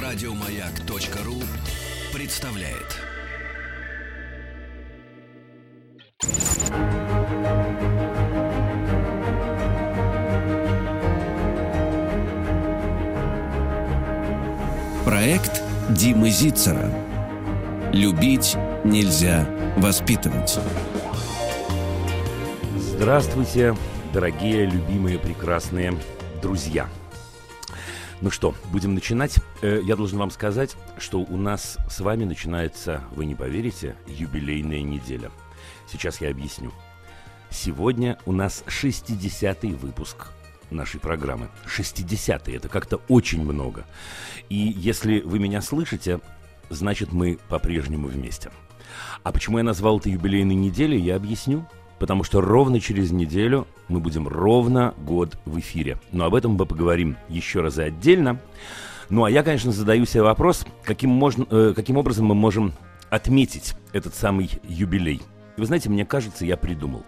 Радиомаяк.ру представляет. Проект Димы Зицера. Любить нельзя воспитывать. Здравствуйте, дорогие, любимые, прекрасные друзья. Ну что, будем начинать. Я должен вам сказать, что у нас с вами начинается, вы не поверите, юбилейная неделя. Сейчас я объясню. Сегодня у нас 60-й выпуск нашей программы. 60-й, это как-то очень много. И если вы меня слышите, значит, мы по-прежнему вместе. А почему я назвал это юбилейной неделей, я объясню. Потому что ровно через неделю мы будем ровно год в эфире. Но об этом мы поговорим еще раз и отдельно. Ну, а я, конечно, задаю себе вопрос, каким образом мы можем отметить этот самый юбилей. И вы знаете, мне кажется, я придумал.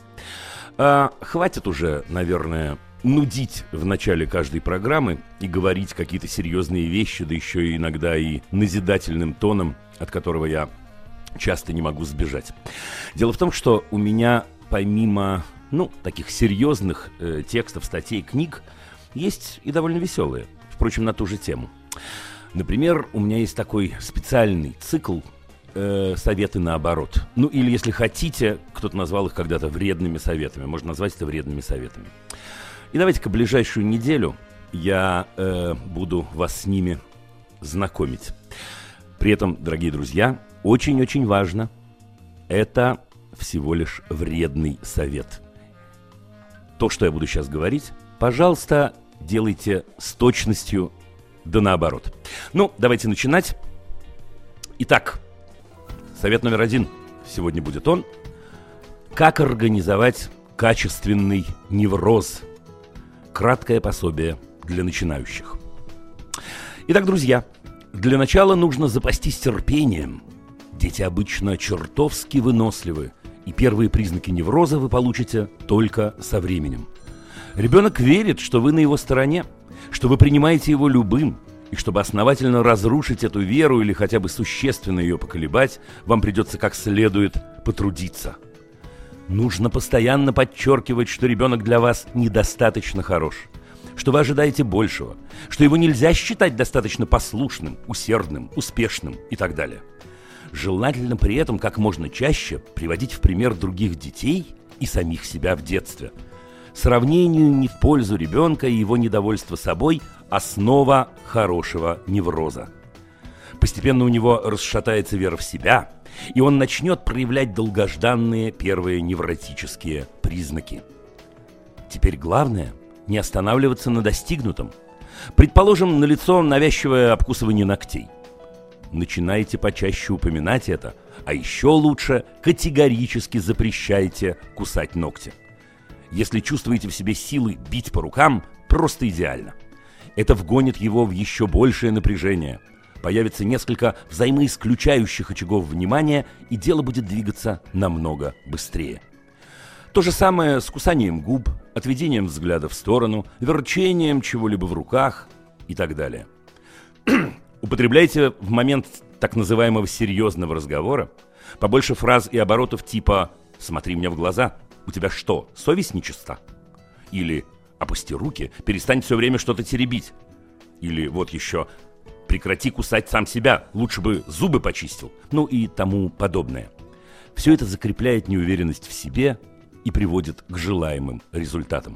Хватит уже, наверное, нудить в начале каждой программы и говорить какие-то серьезные вещи, да еще и иногда и назидательным тоном, от которого я часто не могу сбежать. Дело в том, что у меня... Помимо, таких серьезных текстов, статей, книг, есть и довольно веселые, впрочем, на ту же тему. Например, у меня есть такой специальный цикл «Советы наоборот». Ну, или, если хотите, кто-то назвал их когда-то вредными советами, можно назвать это вредными советами. И давайте-ка ближайшую неделю я буду вас с ними знакомить. При этом, дорогие друзья, очень-очень важно, это... всего лишь вредный совет. То, что я буду сейчас говорить, пожалуйста, делайте с точностью да наоборот. Ну, давайте начинать. Итак, совет номер 1. Сегодня будет он. Как организовать качественный невроз? Краткое пособие для начинающих. Итак, друзья, для начала нужно запастись терпением. Дети обычно чертовски выносливы, и первые признаки невроза вы получите только со временем. Ребенок верит, что вы на его стороне, что вы принимаете его любым, и чтобы основательно разрушить эту веру или хотя бы существенно ее поколебать, вам придется как следует потрудиться. Нужно постоянно подчеркивать, что ребенок для вас недостаточно хорош, что вы ожидаете большего, что его нельзя считать достаточно послушным, усердным, успешным и так далее. Желательно при этом как можно чаще приводить в пример других детей и самих себя в детстве. Сравнению не в пользу ребенка и его недовольство собой – основа хорошего невроза. Постепенно у него расшатается вера в себя, и он начнет проявлять долгожданные первые невротические признаки. Теперь главное – не останавливаться на достигнутом. Предположим, налицо навязчивое обкусывание ногтей. Начинайте почаще упоминать это, а еще лучше категорически запрещайте кусать ногти. Если чувствуете в себе силы бить по рукам, просто идеально. Это вгонит его в еще большее напряжение. Появится несколько взаимоисключающих очагов внимания, и дело будет двигаться намного быстрее. То же самое с кусанием губ, отведением взгляда в сторону, верчением чего-либо в руках и так далее. Употребляйте в момент так называемого серьезного разговора побольше фраз и оборотов типа «смотри мне в глаза, у тебя что, совесть нечиста?» Или «опусти руки, перестань все время что-то теребить». Или вот еще «прекрати кусать сам себя, лучше бы зубы почистил». Ну и тому подобное. Все это закрепляет неуверенность в себе и приводит к желаемым результатам.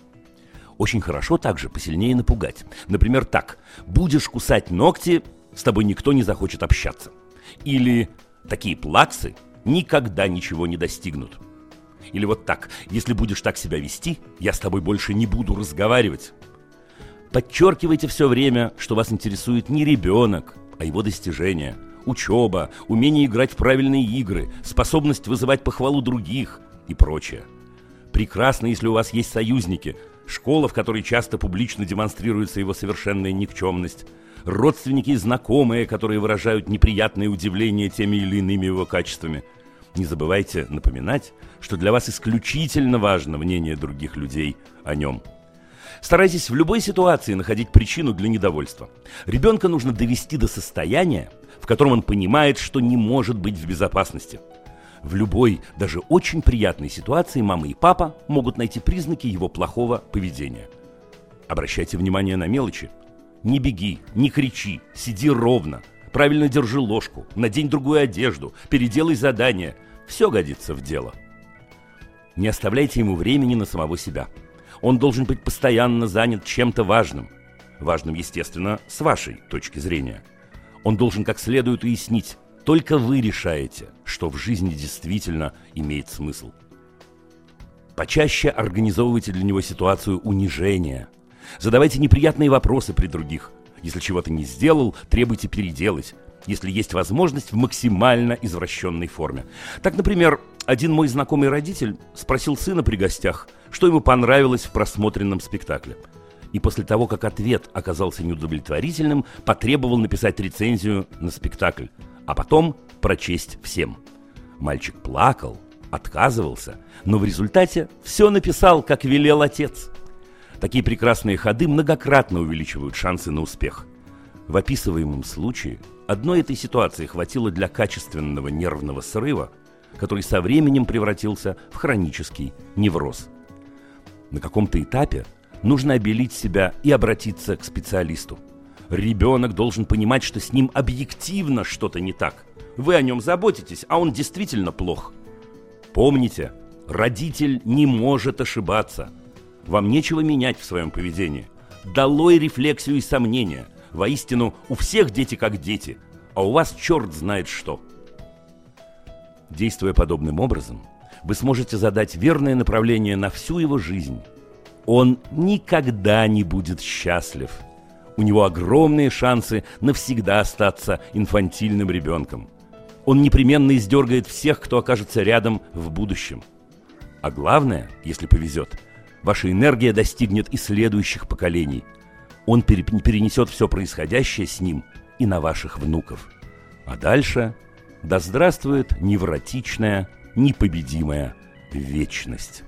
Очень хорошо также посильнее напугать. Например, так: будешь кусать ногти, с тобой никто не захочет общаться. Или такие плаксы никогда ничего не достигнут. Или вот так: если будешь так себя вести, я с тобой больше не буду разговаривать. Подчеркивайте все время, что вас интересует не ребенок, а его достижения, учеба, умение играть в правильные игры, способность вызывать похвалу других и прочее. Прекрасно, если у вас есть союзники, школа, в которой часто публично демонстрируется его совершенная никчемность, родственники и знакомые, которые выражают неприятное удивление теми или иными его качествами. Не забывайте напоминать, что для вас исключительно важно мнение других людей о нем. Старайтесь в любой ситуации находить причину для недовольства. Ребенка нужно довести до состояния, в котором он понимает, что не может быть в безопасности. В любой, даже очень приятной ситуации мама и папа могут найти признаки его плохого поведения. Обращайте внимание на мелочи. Не беги, не кричи, сиди ровно, правильно держи ложку, надень другую одежду, переделай задание. Все годится в дело. Не оставляйте ему времени на самого себя. Он должен быть постоянно занят чем-то важным. Важным, естественно, с вашей точки зрения. Он должен как следует уяснить, только вы решаете, что в жизни действительно имеет смысл. Почаще организовывайте для него ситуацию унижения. Задавайте неприятные вопросы при других. Если чего-то не сделал, требуйте переделать. Если есть возможность, в максимально извращенной форме. Так, например, один мой знакомый родитель спросил сына при гостях, что ему понравилось в просмотренном спектакле. И после того, как ответ оказался неудовлетворительным, потребовал написать рецензию на спектакль, а потом прочесть всем. Мальчик плакал, отказывался, но в результате все написал, как велел отец. Такие прекрасные ходы многократно увеличивают шансы на успех. В описываемом случае одной этой ситуации хватило для качественного нервного срыва, который со временем превратился в хронический невроз. На каком-то этапе нужно обелить себя и обратиться к специалисту. Ребенок должен понимать, что с ним объективно что-то не так. Вы о нем заботитесь, а он действительно плох. Помните, родитель не может ошибаться. Вам нечего менять в своем поведении. Долой рефлексию и сомнения. Воистину, у всех дети как дети, а у вас черт знает что. Действуя подобным образом, вы сможете задать верное направление на всю его жизнь. Он никогда не будет счастлив. У него огромные шансы навсегда остаться инфантильным ребенком. Он непременно издергает всех, кто окажется рядом в будущем. А главное, если повезет, ваша энергия достигнет и следующих поколений. Он перенесет все происходящее с ним и на ваших внуков. А дальше да здравствует невротичная, непобедимая вечность.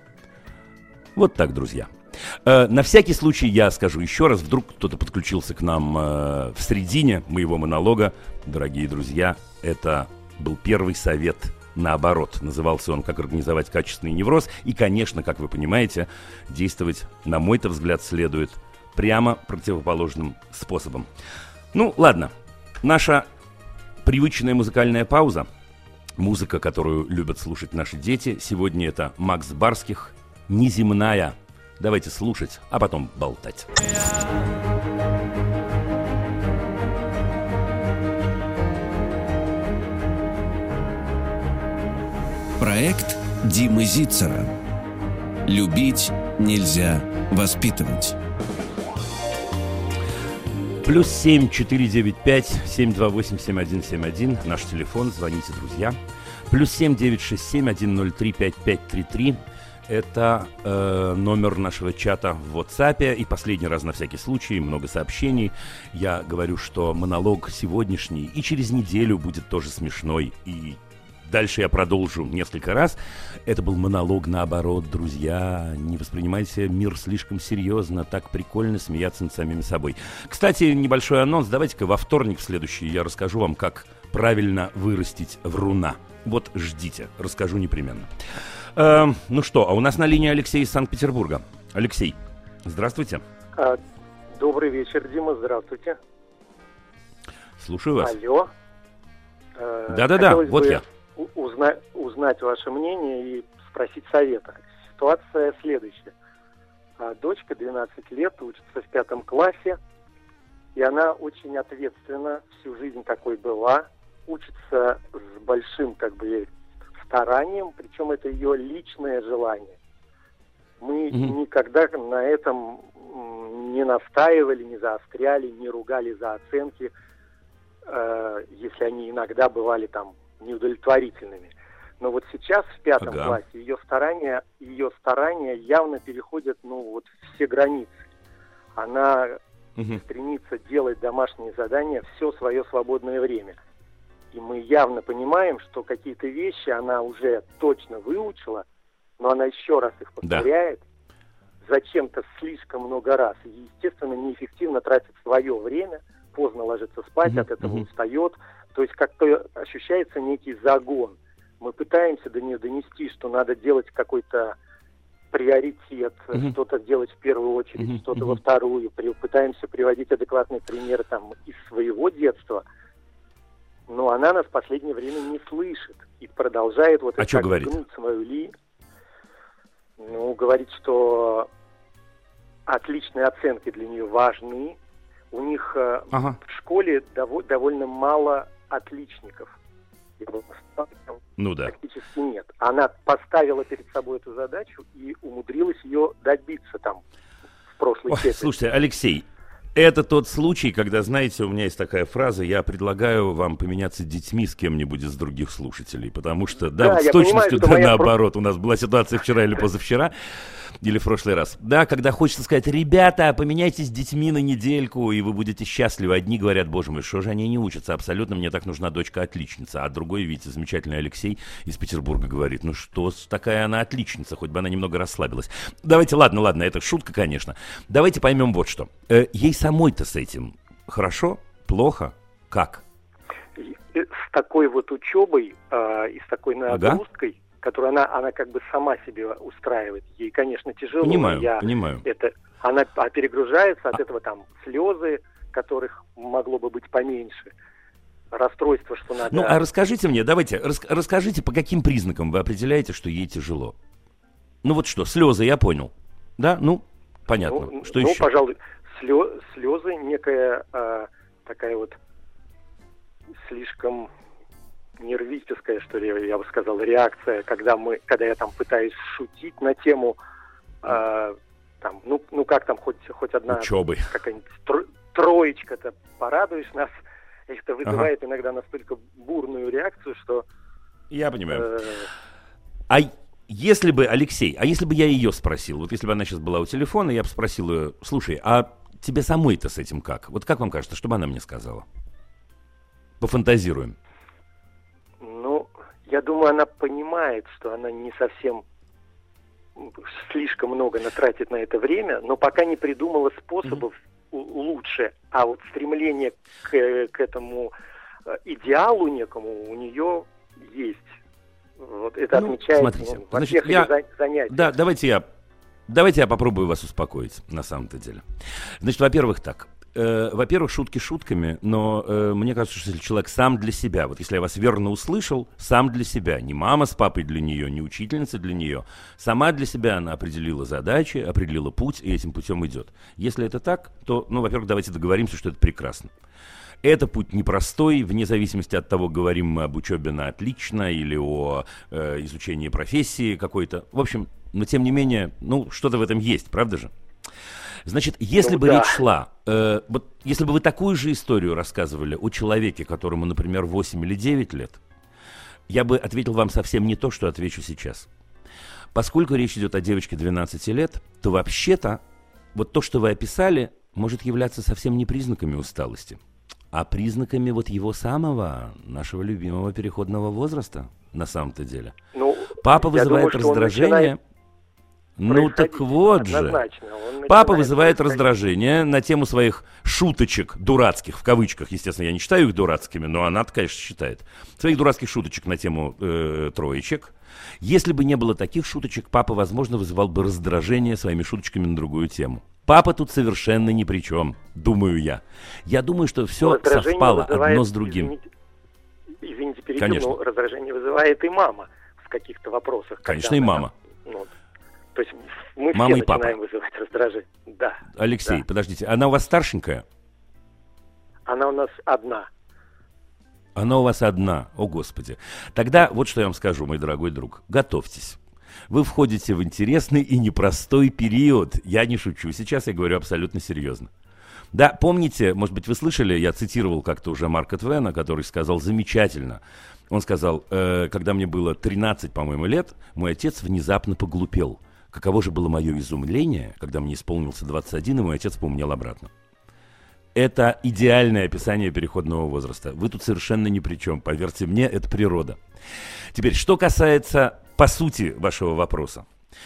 Вот так, друзья. На всякий случай я скажу еще раз, вдруг кто-то подключился к нам в середине моего монолога. Дорогие друзья, это был первый совет наоборот. Назывался он «Как организовать качественный невроз». И, конечно, как вы понимаете, действовать, на мой-то взгляд, следует прямо противоположным способом. Ну, ладно. Наша привычная музыкальная пауза. Музыка, которую любят слушать наши дети. Сегодня это Макс Барских «Неземная». Давайте слушать, а потом болтать. Проект Димы Зицера. Любить нельзя воспитывать. +7 495 728 7171. Наш телефон. Звоните, друзья. +7 967 103 5533. Это номер нашего чата в WhatsApp. И последний раз на всякий случай, много сообщений. Я говорю, что монолог сегодняшний и через неделю будет тоже смешной. И дальше я продолжу несколько раз. Это был монолог наоборот, друзья. Не воспринимайте мир слишком серьезно. Так прикольно смеяться над самими собой. Кстати, небольшой анонс. Давайте-ка во вторник следующий я расскажу вам, как правильно вырастить вруна. Вот ждите, расскажу непременно. Ну что, а у нас на линии Алексей из Санкт-Петербурга. Алексей, здравствуйте. Добрый вечер, Дима, здравствуйте. Слушаю вас. Алло. Да-да-да, вот я. Узнать ваше мнение и спросить совета. Ситуация следующая. Дочка 12 лет, учится в 5 классе, и она очень ответственна, всю жизнь такой была, учится с большим, старанием, причем это ее личное желание. Мы никогда на этом не настаивали, не заостряли, не ругали за оценки, если они иногда бывали там неудовлетворительными. Но вот сейчас в 5 классе ее старания явно переходят, все границы. Она стремится делать домашние задания все свое свободное время. И мы явно понимаем, что какие-то вещи она уже точно выучила, но она еще раз их повторяет, зачем-то слишком много раз. И, естественно, неэффективно тратит свое время, поздно ложится спать, от этого устает. То есть как-то ощущается некий загон. Мы пытаемся до нее донести, что надо делать какой-то приоритет, что-то делать в первую очередь, что-то во вторую. Пытаемся приводить адекватные примеры там из своего детства. Но она нас в последнее время не слышит и продолжает вот это гнуть свою линию. Ну, говорит, что отличные оценки для нее важны. У них в школе довольно мало отличников. Ну да. Практически нет. Она поставила перед собой эту задачу и умудрилась ее добиться там в прошлой четверти. Слушайте, Алексей, это тот случай, когда, знаете, у меня есть такая фраза: я предлагаю вам поменяться детьми с кем-нибудь из других слушателей, потому что, вот с точностью наоборот. У нас была ситуация вчера или позавчера, или в прошлый раз. Да, когда хочется сказать: ребята, поменяйтесь с детьми на недельку, и вы будете счастливы. Одни говорят: боже мой, что же они не учатся? Абсолютно, мне так нужна дочка-отличница. А другой, видите, замечательный Алексей из Петербурга говорит: ну что такая она отличница, хоть бы она немного расслабилась. Давайте, ладно, это шутка, конечно. Давайте поймем вот что. Ей самой-то с этим хорошо, плохо, как? С такой вот учебой и с такой нагрузкой, которую она как бы сама себе устраивает. Ей, конечно, тяжело. Понимаю. Она перегружается, от этого там слезы, которых могло бы быть поменьше. Расстройство, что надо... Ну, а расскажите мне, давайте, расскажите, по каким признакам вы определяете, что ей тяжело? Ну вот что, слезы, я понял. Да, ну, понятно. Что еще? Ну, пожалуй, слезы, некая такая вот слишком... нервическая, что ли, я бы сказал, реакция, когда я там пытаюсь шутить на тему, там, ну как там хоть одна учебы, какая-нибудь троечка-то, порадуешь нас, это вызывает иногда настолько бурную реакцию, что... Я понимаю. А если бы, Алексей, если бы я ее спросил, вот если бы она сейчас была у телефона, я бы спросил ее: слушай, а тебе самой-то с этим как? Вот как вам кажется, что бы она мне сказала? Пофантазируем. Я думаю, она понимает, что она не совсем слишком много тратит на это время, но пока не придумала способов лучше. А вот стремление к этому идеалу некому у нее есть. Вот это отмечается во всех занятиях. Да, давайте я попробую вас успокоить, на самом-то деле. Значит, во-первых, так. Во-первых, шутки шутками, но мне кажется, что если человек сам для себя, вот если я вас верно услышал, сам для себя, не мама с папой для нее, не учительница для нее, сама для себя она определила задачи, определила путь и этим путем идет. Если это так, то, во-первых, давайте договоримся, что это прекрасно. Это путь непростой, вне зависимости от того, говорим мы об учебе на отлично или о изучении профессии какой-то. В общем, но тем не менее, что-то в этом есть, правда же? Значит, если бы речь шла, если бы вы такую же историю рассказывали о человеке, которому, например, 8 или 9 лет, я бы ответил вам совсем не то, что отвечу сейчас. Поскольку речь идет о девочке 12 лет, то вообще-то вот то, что вы описали, может являться совсем не признаками усталости, а признаками вот его самого, нашего любимого переходного возраста, на самом-то деле. Папа вызывает раздражение... так вот же. Папа вызывает раздражение на тему своих шуточек дурацких, в кавычках, естественно, я не считаю их дурацкими, но она-то, конечно, считает. Своих дурацких шуточек на тему троечек. Если бы не было таких шуточек, папа, возможно, вызывал бы раздражение своими шуточками на другую тему. Папа тут совершенно ни при чем, думаю я. Я думаю, что все совпало одно с другим. Извините, перебью, но раздражение вызывает и мама в каких-то вопросах. Конечно, и мама. То есть мы мама все и папа. начинаем вызывать раздражение. Да. Алексей, подождите, она у вас старшенькая? Она у нас одна. Она у вас одна, о господи. Тогда вот что я вам скажу, мой дорогой друг. Готовьтесь. Вы входите в интересный и непростой период. Я не шучу, сейчас я говорю абсолютно серьезно. Да, помните, может быть, вы слышали, я цитировал как-то уже Марка Твена, который сказал замечательно. Он сказал, когда мне было 13, по-моему, лет, мой отец внезапно поглупел. Каково же было мое изумление, когда мне исполнился 21, и мой отец поумнел обратно. Это идеальное описание переходного возраста. Вы тут совершенно ни при чем. Поверьте мне, это природа. Теперь, что касается, по сути, вашего вопроса.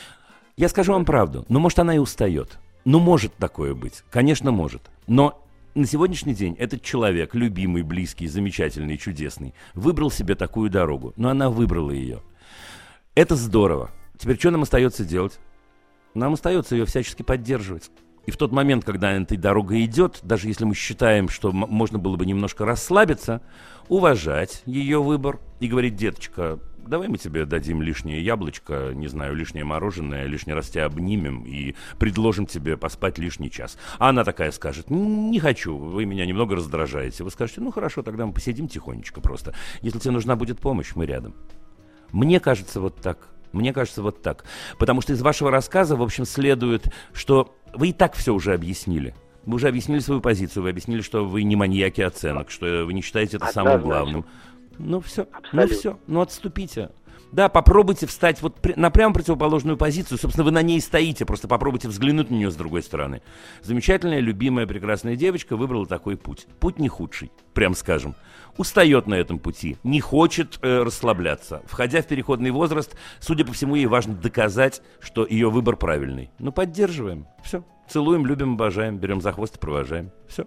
Я скажу вам правду, но может она и устает. Ну, может такое быть, конечно, может. Но на сегодняшний день этот человек, любимый, близкий, замечательный, чудесный, выбрал себе такую дорогу, но она выбрала ее. Это здорово. Теперь что нам остается делать? Нам остается ее всячески поддерживать. И в тот момент, когда эта дорога идет, даже если мы считаем, что можно было бы немножко расслабиться, уважать ее выбор и говорить: деточка, давай мы тебе дадим лишнее яблочко, не знаю, лишнее мороженое, лишний раз тебя обнимем и предложим тебе поспать лишний час. А она такая скажет: не хочу, вы меня немного раздражаете. Вы скажете: ну хорошо, тогда мы посидим тихонечко просто. Если тебе нужна будет помощь, мы рядом. Мне кажется, вот так. Мне кажется, вот так. Потому что из вашего рассказа, в общем, следует, что вы и так все уже объяснили. Вы уже объяснили свою позицию, вы объяснили, что вы не маньяки оценок, что вы не считаете это самым главным. Ну все, ну отступите. Да, попробуйте встать вот на прямо противоположную позицию. Собственно, вы на ней стоите, просто попробуйте взглянуть на нее с другой стороны. Замечательная, любимая, прекрасная девочка выбрала такой путь. Путь не худший, прям скажем. Устает на этом пути, не хочет расслабляться. Входя в переходный возраст, судя по всему, ей важно доказать, что ее выбор правильный. Ну, поддерживаем. Все. Целуем, любим, обожаем, берем за хвост и провожаем. Все.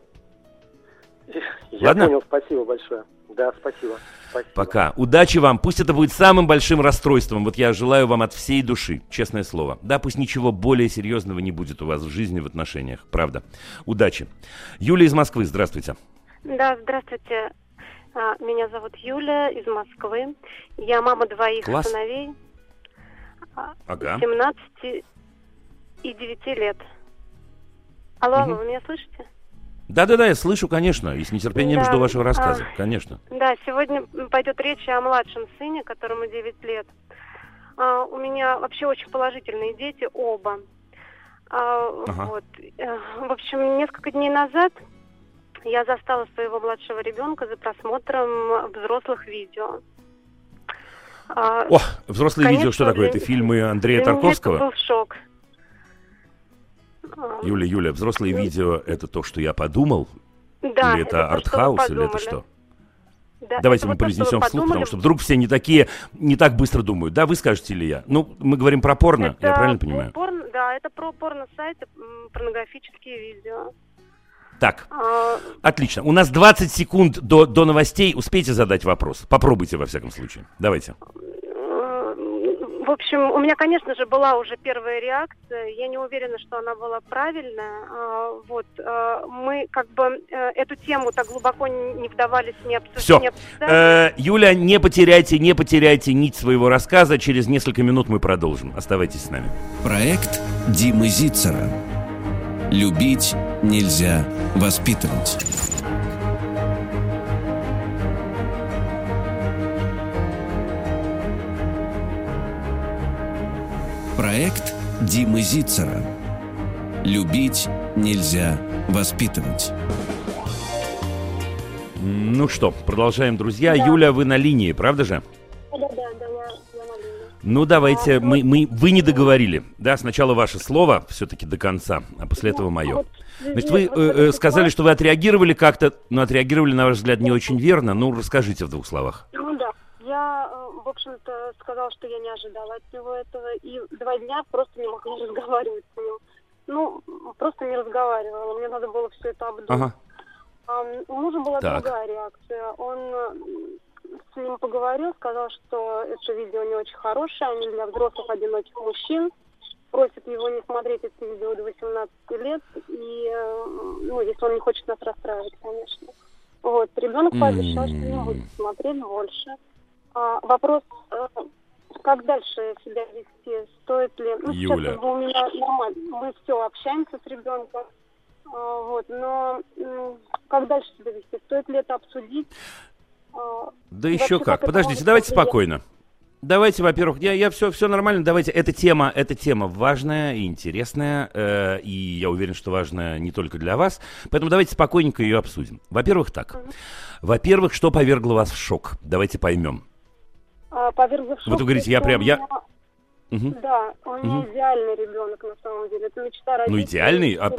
Я Ладно? понял, спасибо большое. Да, спасибо. Пока. Удачи вам. Пусть это будет самым большим расстройством. Вот я желаю вам от всей души, честное слово. Да, пусть ничего более серьезного не будет у вас в жизни, в отношениях. Правда. Удачи. Юлия из Москвы, здравствуйте. Да, здравствуйте. Меня зовут Юля из Москвы. Я мама двоих сыновей. Ага. 17 и 9 лет. Алло, вы меня слышите? Да, я слышу, конечно, и с нетерпением жду вашего рассказа, конечно. Да, сегодня пойдет речь о младшем сыне, которому 9 лет. У меня вообще очень положительные дети, оба. Вот. В общем, несколько дней назад я застала своего младшего ребенка за просмотром взрослых видео. Взрослые видео, что такое? Это фильмы Андрея Тарковского? Это был шок. Юля, взрослые видео — это то, что я подумал? Да. Или это артхаус, или это что? Да, давайте мы произнесем вслух, потому что вдруг все не так быстро думают. Да, вы скажете или я? Ну, мы говорим про порно, я правильно понимаю? Да, это про порно-сайты, порнографические видео. Так, отлично. У нас 20 секунд до новостей. Успейте задать вопрос. Попробуйте, во всяком случае. Давайте. В общем, у меня, конечно же, была уже первая реакция. Я не уверена, что она была правильная. Мы эту тему так глубоко не вдавались, не обсуждали. Все. Юля, не потеряйте нить своего рассказа. Через несколько минут мы продолжим. Оставайтесь с нами. Проект Димы Зицера. Любить нельзя воспитывать. Проект Димы Зицера. Любить нельзя воспитывать. Ну что, продолжаем, друзья. Да. Юля, вы на линии, правда же? Да, я на линии. Ну, давайте, вы не договорили. Да, сначала ваше слово, все-таки до конца, а после этого мое. Значит, вы сказали, что вы отреагировали как-то, но отреагировали, на ваш взгляд, не очень верно. Ну, расскажите в 2 словах. Ну да. Я, в общем-то, сказала, что я не ожидала от него этого, и 2 дня просто не могла разговаривать с ним. Ну, просто не разговаривала, мне надо было все это обдумать. У мужа была другая реакция. Он с ним поговорил, сказал, что это видео не очень хорошее, они для взрослых одиноких мужчин. Просит его не смотреть это видео до 18 лет, и, если он не хочет нас расстраивать, конечно. Вот, ребенок пообещал, что не будет смотреть больше. Вопрос, как дальше себя вести, стоит ли... Юля. Сейчас у меня нормально, мы все общаемся с ребенком, но как дальше себя вести, стоит ли это обсудить? Да еще как, подождите, давайте спокойно. Давайте, во-первых, я все нормально, давайте, эта тема важная и интересная, и я уверен, что важная не только для вас, поэтому давайте спокойненько ее обсудим. Во-первых, так. Во-первых, что повергло вас в шок? Давайте поймем. Повергло в шок. Вот вы говорите, Да, он не идеальный ребенок на самом деле, это мечта родителей. Ну, идеальный? А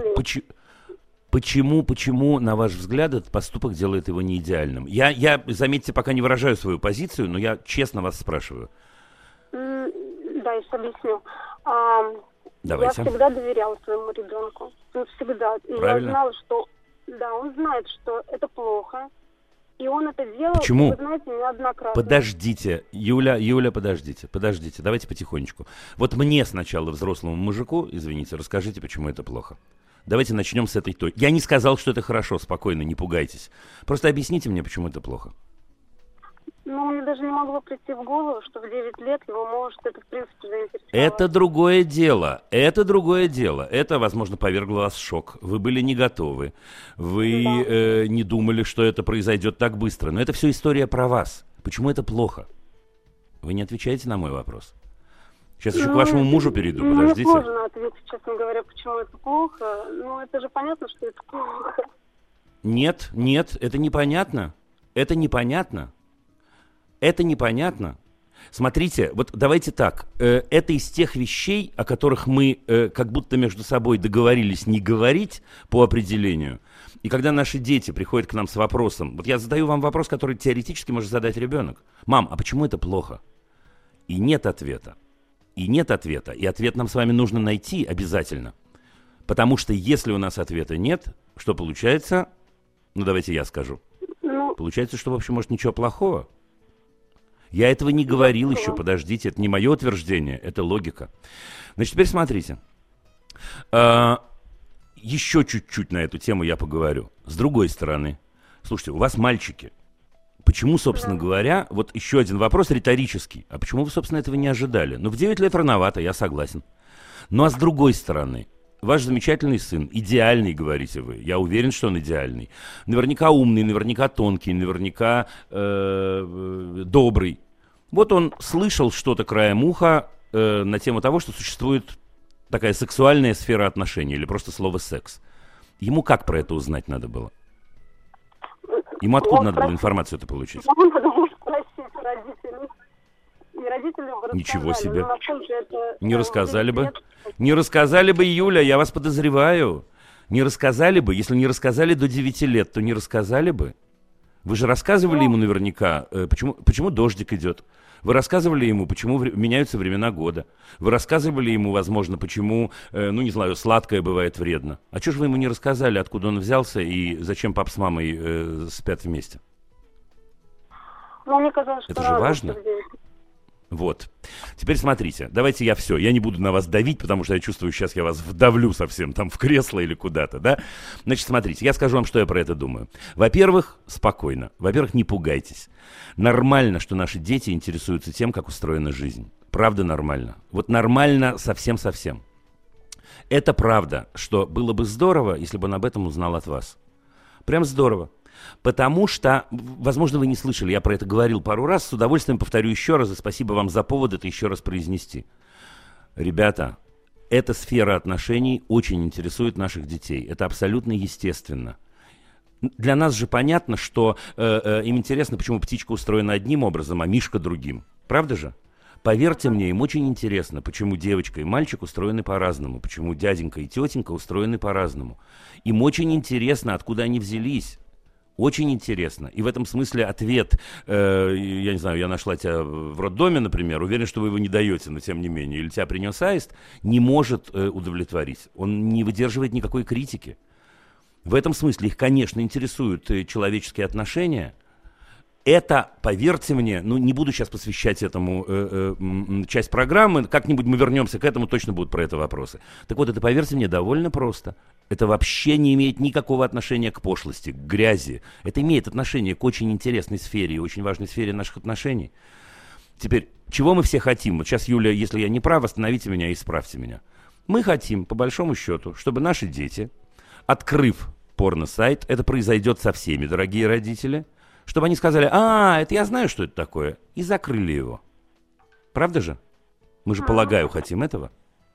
Почему, на ваш взгляд, этот поступок делает его не идеальным? Я, заметьте, пока не выражаю свою позицию, но я честно вас спрашиваю. Да, я объясню. Давайте. Я всегда доверяла своему ребенку. Ну, всегда. И Правильно. я знала, что... Да, он знает, что это плохо. И он это делал, Почему? вы знаете, неоднократно. Подождите, Юля, подождите. Давайте потихонечку. Вот мне сначала, взрослому мужику, извините, расскажите, почему это плохо. Давайте начнем с этой точки. Я не сказал, что это хорошо, спокойно, не пугайтесь. Просто объясните мне, почему это плохо. Ну, мне даже не могло прийти в голову, что в 9 лет его может это, в принципе, заинтересовать. Это другое дело. Это, возможно, повергло вас в шок. Вы были не готовы. Вы не думали, что это произойдет так быстро. Но это все история про вас. Почему это плохо? Вы не отвечаете на мой вопрос. Сейчас еще к вашему мужу перейду, подождите. Мне сложно ответить, честно говоря, почему это плохо. Ну, это же понятно, что это плохо. Нет, это непонятно. Это непонятно. Смотрите, вот давайте так. Это из тех вещей, о которых мы как будто между собой договорились не говорить по определению. И когда наши дети приходят к нам с вопросом, вот я задаю вам вопрос, который теоретически может задать ребенок. Мам, а почему это плохо? И нет ответа. И ответ нам с вами нужно найти обязательно. Потому что если у нас ответа нет, что получается? Ну, давайте я скажу. Получается, что, в общем, может, ничего плохого. Я этого не говорил еще, подождите, это не мое утверждение, это логика. Значит, теперь смотрите. Еще чуть-чуть на эту тему я поговорю. С другой стороны, слушайте, у вас мальчики. Почему, собственно говоря, вот еще один вопрос риторический. А почему вы, собственно, этого не ожидали? Ну, в 9 лет рановато, я согласен. Ну, а с другой стороны, ваш замечательный сын, идеальный, говорите вы. Я уверен, что он идеальный. Наверняка умный, наверняка тонкий, наверняка добрый. Вот он слышал что-то краем уха на тему того, что существует такая сексуальная сфера отношений, или просто слово «секс». Ему как про это узнать надо было? Ему откуда надо было информацию это получить? Он подумал спросить родителей. И родители бы рассказали. Ничего себе. Но на самом деле это, не рассказали бы. Не рассказали бы, Юля, я вас подозреваю. Не рассказали бы. Если не рассказали до 9 лет, то не рассказали бы. Вы же рассказывали ему наверняка, почему дождик идет. Вы рассказывали ему, почему меняются времена года. Вы рассказывали ему, возможно, почему, не знаю, сладкое бывает вредно. А что же вы ему не рассказали, откуда он взялся и зачем папа с мамой спят вместе? Ну, мне казалось, что это же важно. Вот. Теперь смотрите, давайте я не буду на вас давить, потому что я чувствую, сейчас я вас вдавлю совсем там в кресло или куда-то, да? Значит, смотрите, я скажу вам, что я про это думаю. Во-первых, спокойно. Во-первых, не пугайтесь. Нормально, что наши дети интересуются тем, как устроена жизнь. Правда нормально. Вот нормально совсем-совсем. Это правда, что было бы здорово, если бы он об этом узнал от вас. Прям здорово. Потому что, возможно, вы не слышали, я про это говорил пару раз, с удовольствием повторю еще раз, и спасибо вам за повод это еще раз произнести. Ребята, эта сфера отношений очень интересует наших детей, это абсолютно естественно. Для нас же понятно, что им интересно, почему птичка устроена одним образом, а мишка другим. Правда же? Поверьте мне, им очень интересно, почему девочка и мальчик устроены по-разному, почему дяденька и тетенька устроены по-разному. Им очень интересно, откуда они взялись. Очень интересно. И в этом смысле ответ, я не знаю, я нашла тебя в роддоме, например, уверен, что вы его не даете, но тем не менее, или тебя принес аист, не может удовлетворить. Он не выдерживает никакой критики. В этом смысле их, конечно, интересуют человеческие отношения. Это, поверьте мне, не буду сейчас посвящать этому часть программы, как-нибудь мы вернемся к этому, точно будут про это вопросы. Так вот, это, поверьте мне, довольно просто. Это вообще не имеет никакого отношения к пошлости, к грязи. Это имеет отношение к очень интересной сфере и очень важной сфере наших отношений. Теперь, чего мы все хотим? Вот сейчас, Юля, если я не прав, остановите меня и исправьте меня. Мы хотим, по большому счету, чтобы наши дети, открыв порно-сайт, это произойдет со всеми, дорогие родители, чтобы они сказали: это я знаю, что это такое, и закрыли его. Правда же? Мы же, полагаю, хотим этого.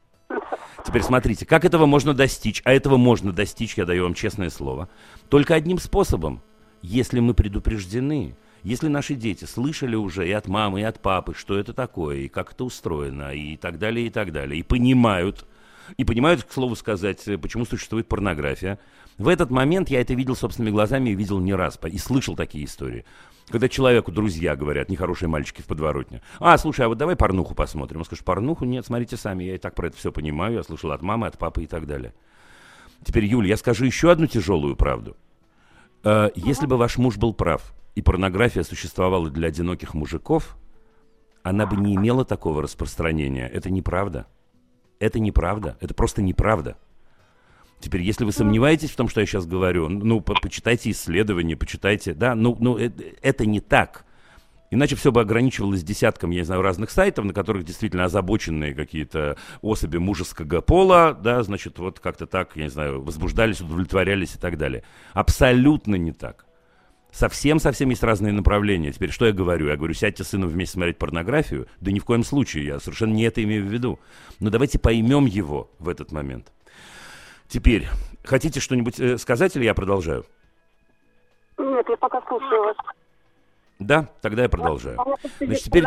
Теперь смотрите, как этого можно достичь, а этого можно достичь, я даю вам честное слово, только одним способом, если мы предупреждены, если наши дети слышали уже и от мамы, и от папы, что это такое, и как это устроено, и так далее, и понимают, и понимают, к слову сказать, почему существует порнография. В этот момент я это видел собственными глазами и видел не раз, и слышал такие истории. Когда человеку друзья говорят, нехорошие мальчики в подворотне: слушай, а вот давай порнуху посмотрим. Он скажет: порнуху? Нет, смотрите сами, я и так про это все понимаю, я слышал от мамы, от папы и так далее. Теперь, Юля, я скажу еще одну тяжелую правду. Если бы ваш муж был прав, и порнография существовала для одиноких мужиков, она бы не имела такого распространения. Это неправда. Это неправда. Это просто неправда. Теперь, если вы сомневаетесь в том, что я сейчас говорю, почитайте исследования, почитайте. Да, это не так. Иначе все бы ограничивалось десятком, я не знаю, разных сайтов, на которых действительно озабоченные какие-то особи мужеского пола, да, значит, вот как-то так, я не знаю, возбуждались, удовлетворялись и так далее. Абсолютно не так. Совсем есть разные направления. Теперь, что я говорю? Я говорю, сядьте с сыном вместе смотреть порнографию? Да ни в коем случае, я совершенно не это имею в виду. Но давайте поймем его в этот момент. Теперь, хотите что-нибудь сказать или я продолжаю? Нет, я пока слушаю вас. Да, тогда я продолжаю. Значит, теперь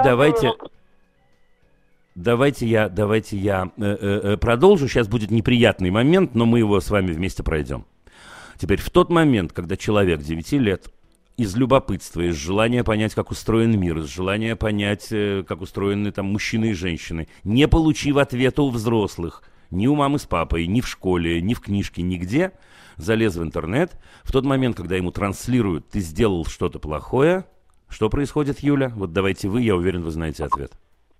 давайте я продолжу. Сейчас будет неприятный момент, но мы его с вами вместе пройдем. Теперь, в тот момент, когда человек 9 лет из любопытства, из желания понять, как устроен мир, из желания понять, как устроены там мужчины и женщины, не получив ответа у взрослых, ни у мамы с папой, ни в школе, ни в книжке, нигде, залез в интернет, в тот момент, когда ему транслируют: ты сделал что-то плохое, что происходит, Юля? Вот давайте вы, я уверен, вы знаете ответ.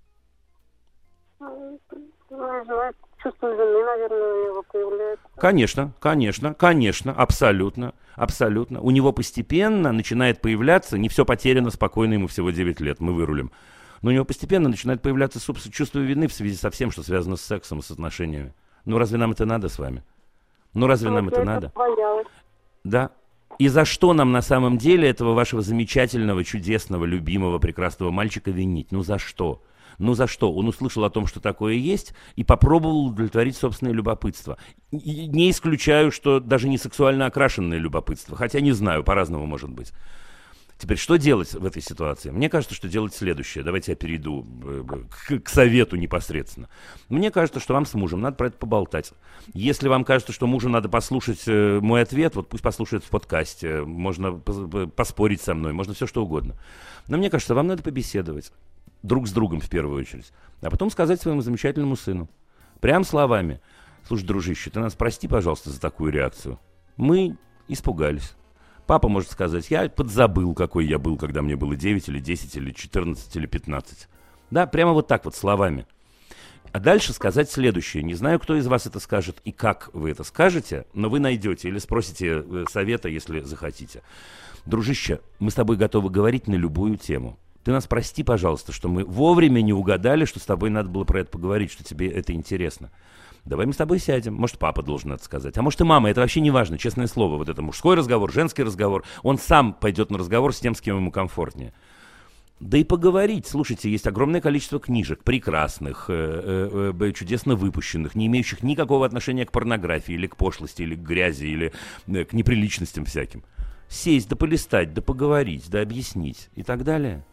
Чувство вины, наверное, у него появляется. Конечно, абсолютно. У него постепенно начинает появляться, не все потеряно, спокойно, ему всего 9 лет, мы вырулим. Но у него постепенно начинает появляться чувство вины в связи со всем, что связано с сексом и с отношениями. Разве нам это надо с вами? Разве нам это надо? Боялась. Да. И за что нам на самом деле этого вашего замечательного, чудесного, любимого, прекрасного мальчика винить? За что? За что? Он услышал о том, что такое есть, и попробовал удовлетворить собственное любопытство. И не исключаю, что даже не сексуально окрашенное любопытство, хотя не знаю, по-разному может быть. Теперь, что делать в этой ситуации? Мне кажется, что делать следующее. Давайте я перейду к совету непосредственно. Мне кажется, что вам с мужем надо про это поболтать. Если вам кажется, что мужу надо послушать мой ответ, вот пусть послушает в подкасте, можно поспорить со мной, можно все что угодно. Но мне кажется, вам надо побеседовать. Друг с другом в первую очередь. А потом сказать своему замечательному сыну. Прям словами: слушай, дружище, ты нас прости, пожалуйста, за такую реакцию. Мы испугались. Папа может сказать: я подзабыл, какой я был, когда мне было 9 или 10 или 14 или 15. Да, прямо вот так вот словами. А дальше сказать следующее. Не знаю, кто из вас это скажет и как вы это скажете, но вы найдете или спросите совета, если захотите. Дружище, мы с тобой готовы говорить на любую тему. Ты нас прости, пожалуйста, что мы вовремя не угадали, что с тобой надо было про это поговорить, что тебе это интересно. Давай мы с тобой сядем. Может, папа должен это сказать. А может, и мама. Это вообще не важно, честное слово. Вот это мужской разговор, женский разговор. Он сам пойдет на разговор с тем, с кем ему комфортнее. Да и поговорить. Слушайте, есть огромное количество книжек, прекрасных, чудесно выпущенных, не имеющих никакого отношения к порнографии, или к пошлости, или к грязи, или к неприличностям всяким. Сесть, да полистать, да поговорить, да объяснить и так далее.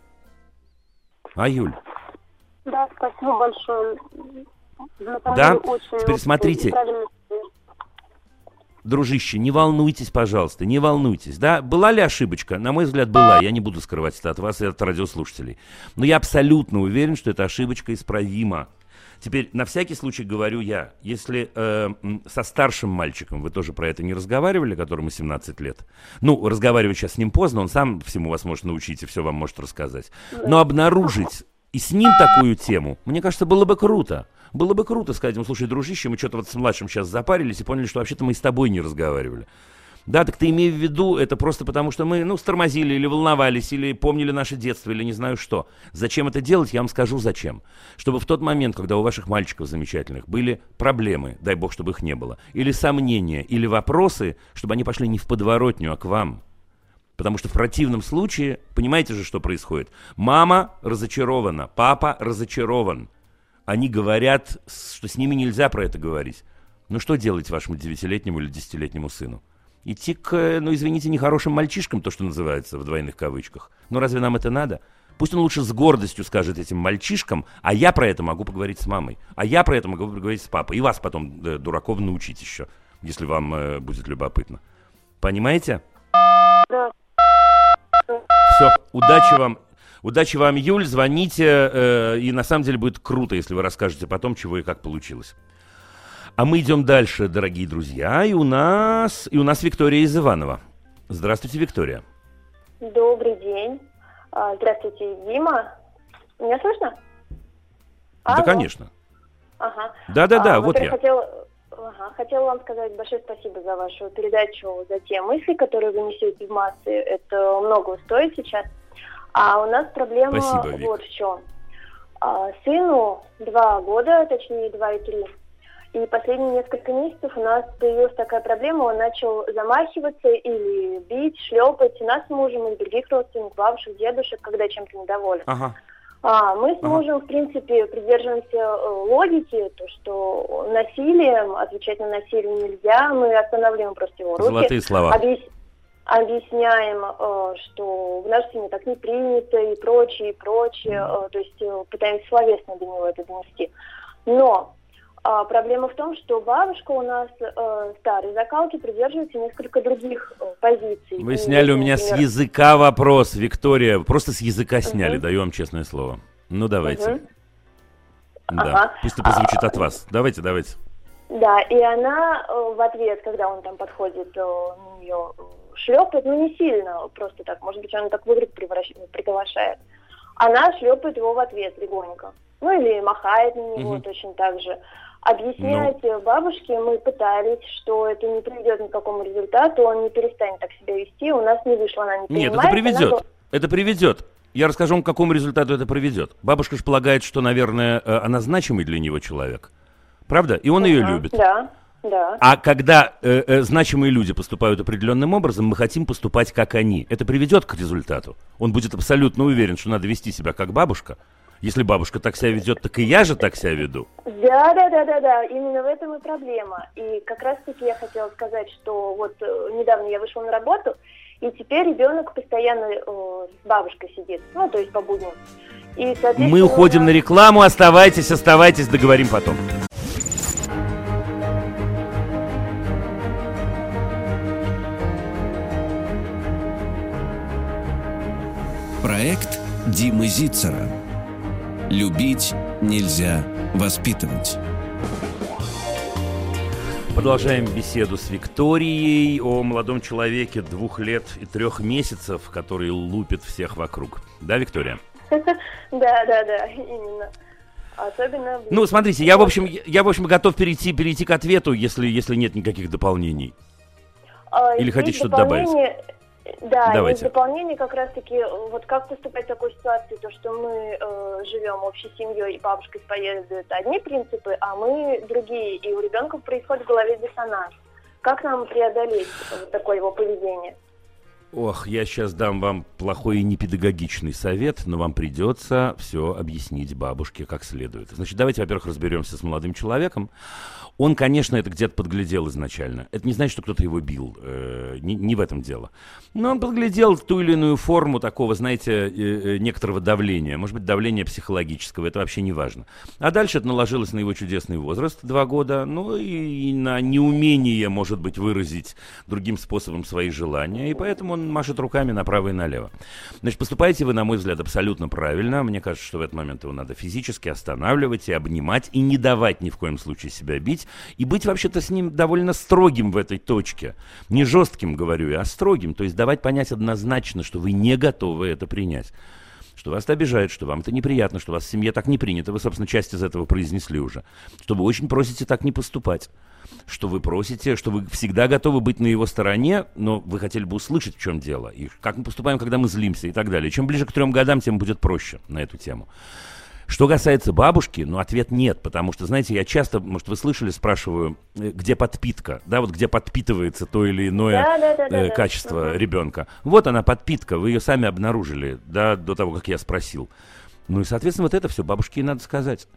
А, Юль? Да, спасибо большое. Да, теперь смотрите, дружище, не волнуйтесь, пожалуйста, не волнуйтесь. Да, была ли ошибочка? На мой взгляд, была. Я не буду скрывать это от вас и от радиослушателей. Но я абсолютно уверен, что эта ошибочка исправима. Теперь, на всякий случай говорю я, если со старшим мальчиком вы тоже про это не разговаривали, которому 17 лет, разговаривать сейчас с ним поздно, он сам всему вас может научить и все вам может рассказать, но обнаружить и с ним такую тему, мне кажется, было бы круто. Было бы круто сказать ему: слушай, дружище, мы что-то вот с младшим сейчас запарились и поняли, что вообще-то мы и с тобой не разговаривали. Да, так ты имей в виду, это просто потому, что мы, стормозили или волновались, или помнили наше детство, или не знаю что. Зачем это делать, я вам скажу зачем. Чтобы в тот момент, когда у ваших мальчиков замечательных были проблемы, дай бог, чтобы их не было, или сомнения, или вопросы, чтобы они пошли не в подворотню, а к вам. Потому что в противном случае, понимаете же, что происходит? Мама разочарована, папа разочарован. Они говорят, что с ними нельзя про это говорить. Что делать вашему 9-летнему или 10-летнему сыну? Идти к, извините, нехорошим мальчишкам, то, что называется в двойных кавычках. Разве нам это надо? Пусть он лучше с гордостью скажет этим мальчишкам, а я про это могу поговорить с мамой, а я про это могу поговорить с папой. И вас потом, дураков, научить еще, если вам будет любопытно. Понимаете? Да. Все, удачи вам, Юль, звоните, и на самом деле будет круто, если вы расскажете потом, чего и как получилось. А мы идем дальше, дорогие друзья, и у нас Виктория из Иваново. Здравствуйте, Виктория. Добрый день. Здравствуйте, Дима. Меня слышно? Да, конечно. Ага. Да, вот я. Хотела вам сказать большое спасибо за вашу передачу, за те мысли, которые вы несете в массы. Это много стоит сейчас. А у нас проблема Спасибо, Вик. вот в чем. Сыну 2 года, точнее 2 и 3. И последние несколько месяцев у нас появилась такая проблема. Он начал замахиваться или бить, шлепать нас с мужем и других родственников, бабушек, дедушек, когда чем-то недоволен. Ага. Мы с мужем, в принципе, придерживаемся логики, то, что насилием, отвечать на насилие нельзя, мы останавливаем просто его руки. Золотые слова. Объясняем, что в нашей семье так не принято и прочее, то есть пытаемся словесно до него это донести. Но проблема в том, что бабушка у нас старой закалки придерживается несколько других позиций. Вы сняли у меня с языка вопрос, Виктория. Просто с языка сняли, даю вам честное слово. Ну, давайте. Да, пусть это прозвучит от вас. Давайте. Да, и она в ответ, когда он там подходит, на нее шлепает, не сильно, просто так, может быть, она так в игры приглашает. Она шлепает его в ответ легонько. Или махает на него точно так же. Объяснять бабушке мы пытались, что это не приведет ни к какому результату, он не перестанет так себя вести, у нас не вышло, она не принимает. Нет, это приведет. Это приведет. Я расскажу вам, к какому результату это приведет. Бабушка же полагает, что, наверное, она значимый для него человек. Правда? И он ее любит. Да. А когда значимые люди поступают определенным образом, мы хотим поступать как они. Это приведет к результату. Он будет абсолютно уверен, что надо вести себя как бабушка. Если бабушка так себя ведет, так и я же так себя веду. Да. Именно в этом и проблема. И как раз-таки я хотела сказать, что вот недавно я вышла на работу, и теперь ребенок постоянно с бабушкой сидит. То есть по будням. И, мы уходим на рекламу. Оставайтесь, договорим потом. Проект Димы Зицера. Любить нельзя воспитывать. Продолжаем беседу с Викторией о молодом человеке 2 лет и 3 месяцев, который лупит всех вокруг. Да, Виктория? Да, именно. Особенно... Смотрите, я в общем готов перейти к ответу, если нет никаких дополнений. Или хотите что-то добавить? Да, давайте. Есть дополнение как раз-таки, вот как поступать в такой ситуации, то, что мы живем общей семьей, и бабушка исповедует одни принципы, а мы другие, и у ребенка происходит в голове диссонанс. Как нам преодолеть такое его поведение? Ох, я сейчас дам вам плохой и непедагогичный совет, но вам придется все объяснить бабушке как следует. Значит, давайте, во-первых, разберемся с молодым человеком. Он, конечно, это где-то подглядел изначально. Это не значит, что кто-то его бил. Не в этом дело. Но он подглядел ту или иную форму такого, знаете, некоторого давления. Может быть, давления психологического. Это вообще не важно. А дальше это наложилось на его чудесный возраст, 2 года. И на неумение, может быть, выразить другим способом свои желания. И поэтому он машет руками направо и налево. Значит, поступаете вы, на мой взгляд, абсолютно правильно. Мне кажется, что в этот момент его надо физически останавливать и обнимать. И не давать ни в коем случае себя бить. И быть вообще-то с ним довольно строгим в этой точке. Не жестким, говорю я, а строгим. То есть давать понять однозначно, что вы не готовы это принять. Что вас это обижает, что вам это неприятно, что у вас в семье так не принято. Вы, собственно, часть из этого произнесли уже. Что вы очень просите так не поступать. Что вы просите, что вы всегда готовы быть на его стороне, но вы хотели бы услышать, в чем дело. И как мы поступаем, когда мы злимся и так далее. Чем ближе к 3 годам, тем будет проще на эту тему. Что касается бабушки, ответ нет, потому что, знаете, я часто, может, вы слышали, спрашиваю, где подпитка, да, вот где подпитывается то или иное качество ребенка. Вот она, подпитка, вы ее сами обнаружили, да, до того, как я спросил. И, соответственно, вот это все бабушке и надо сказать.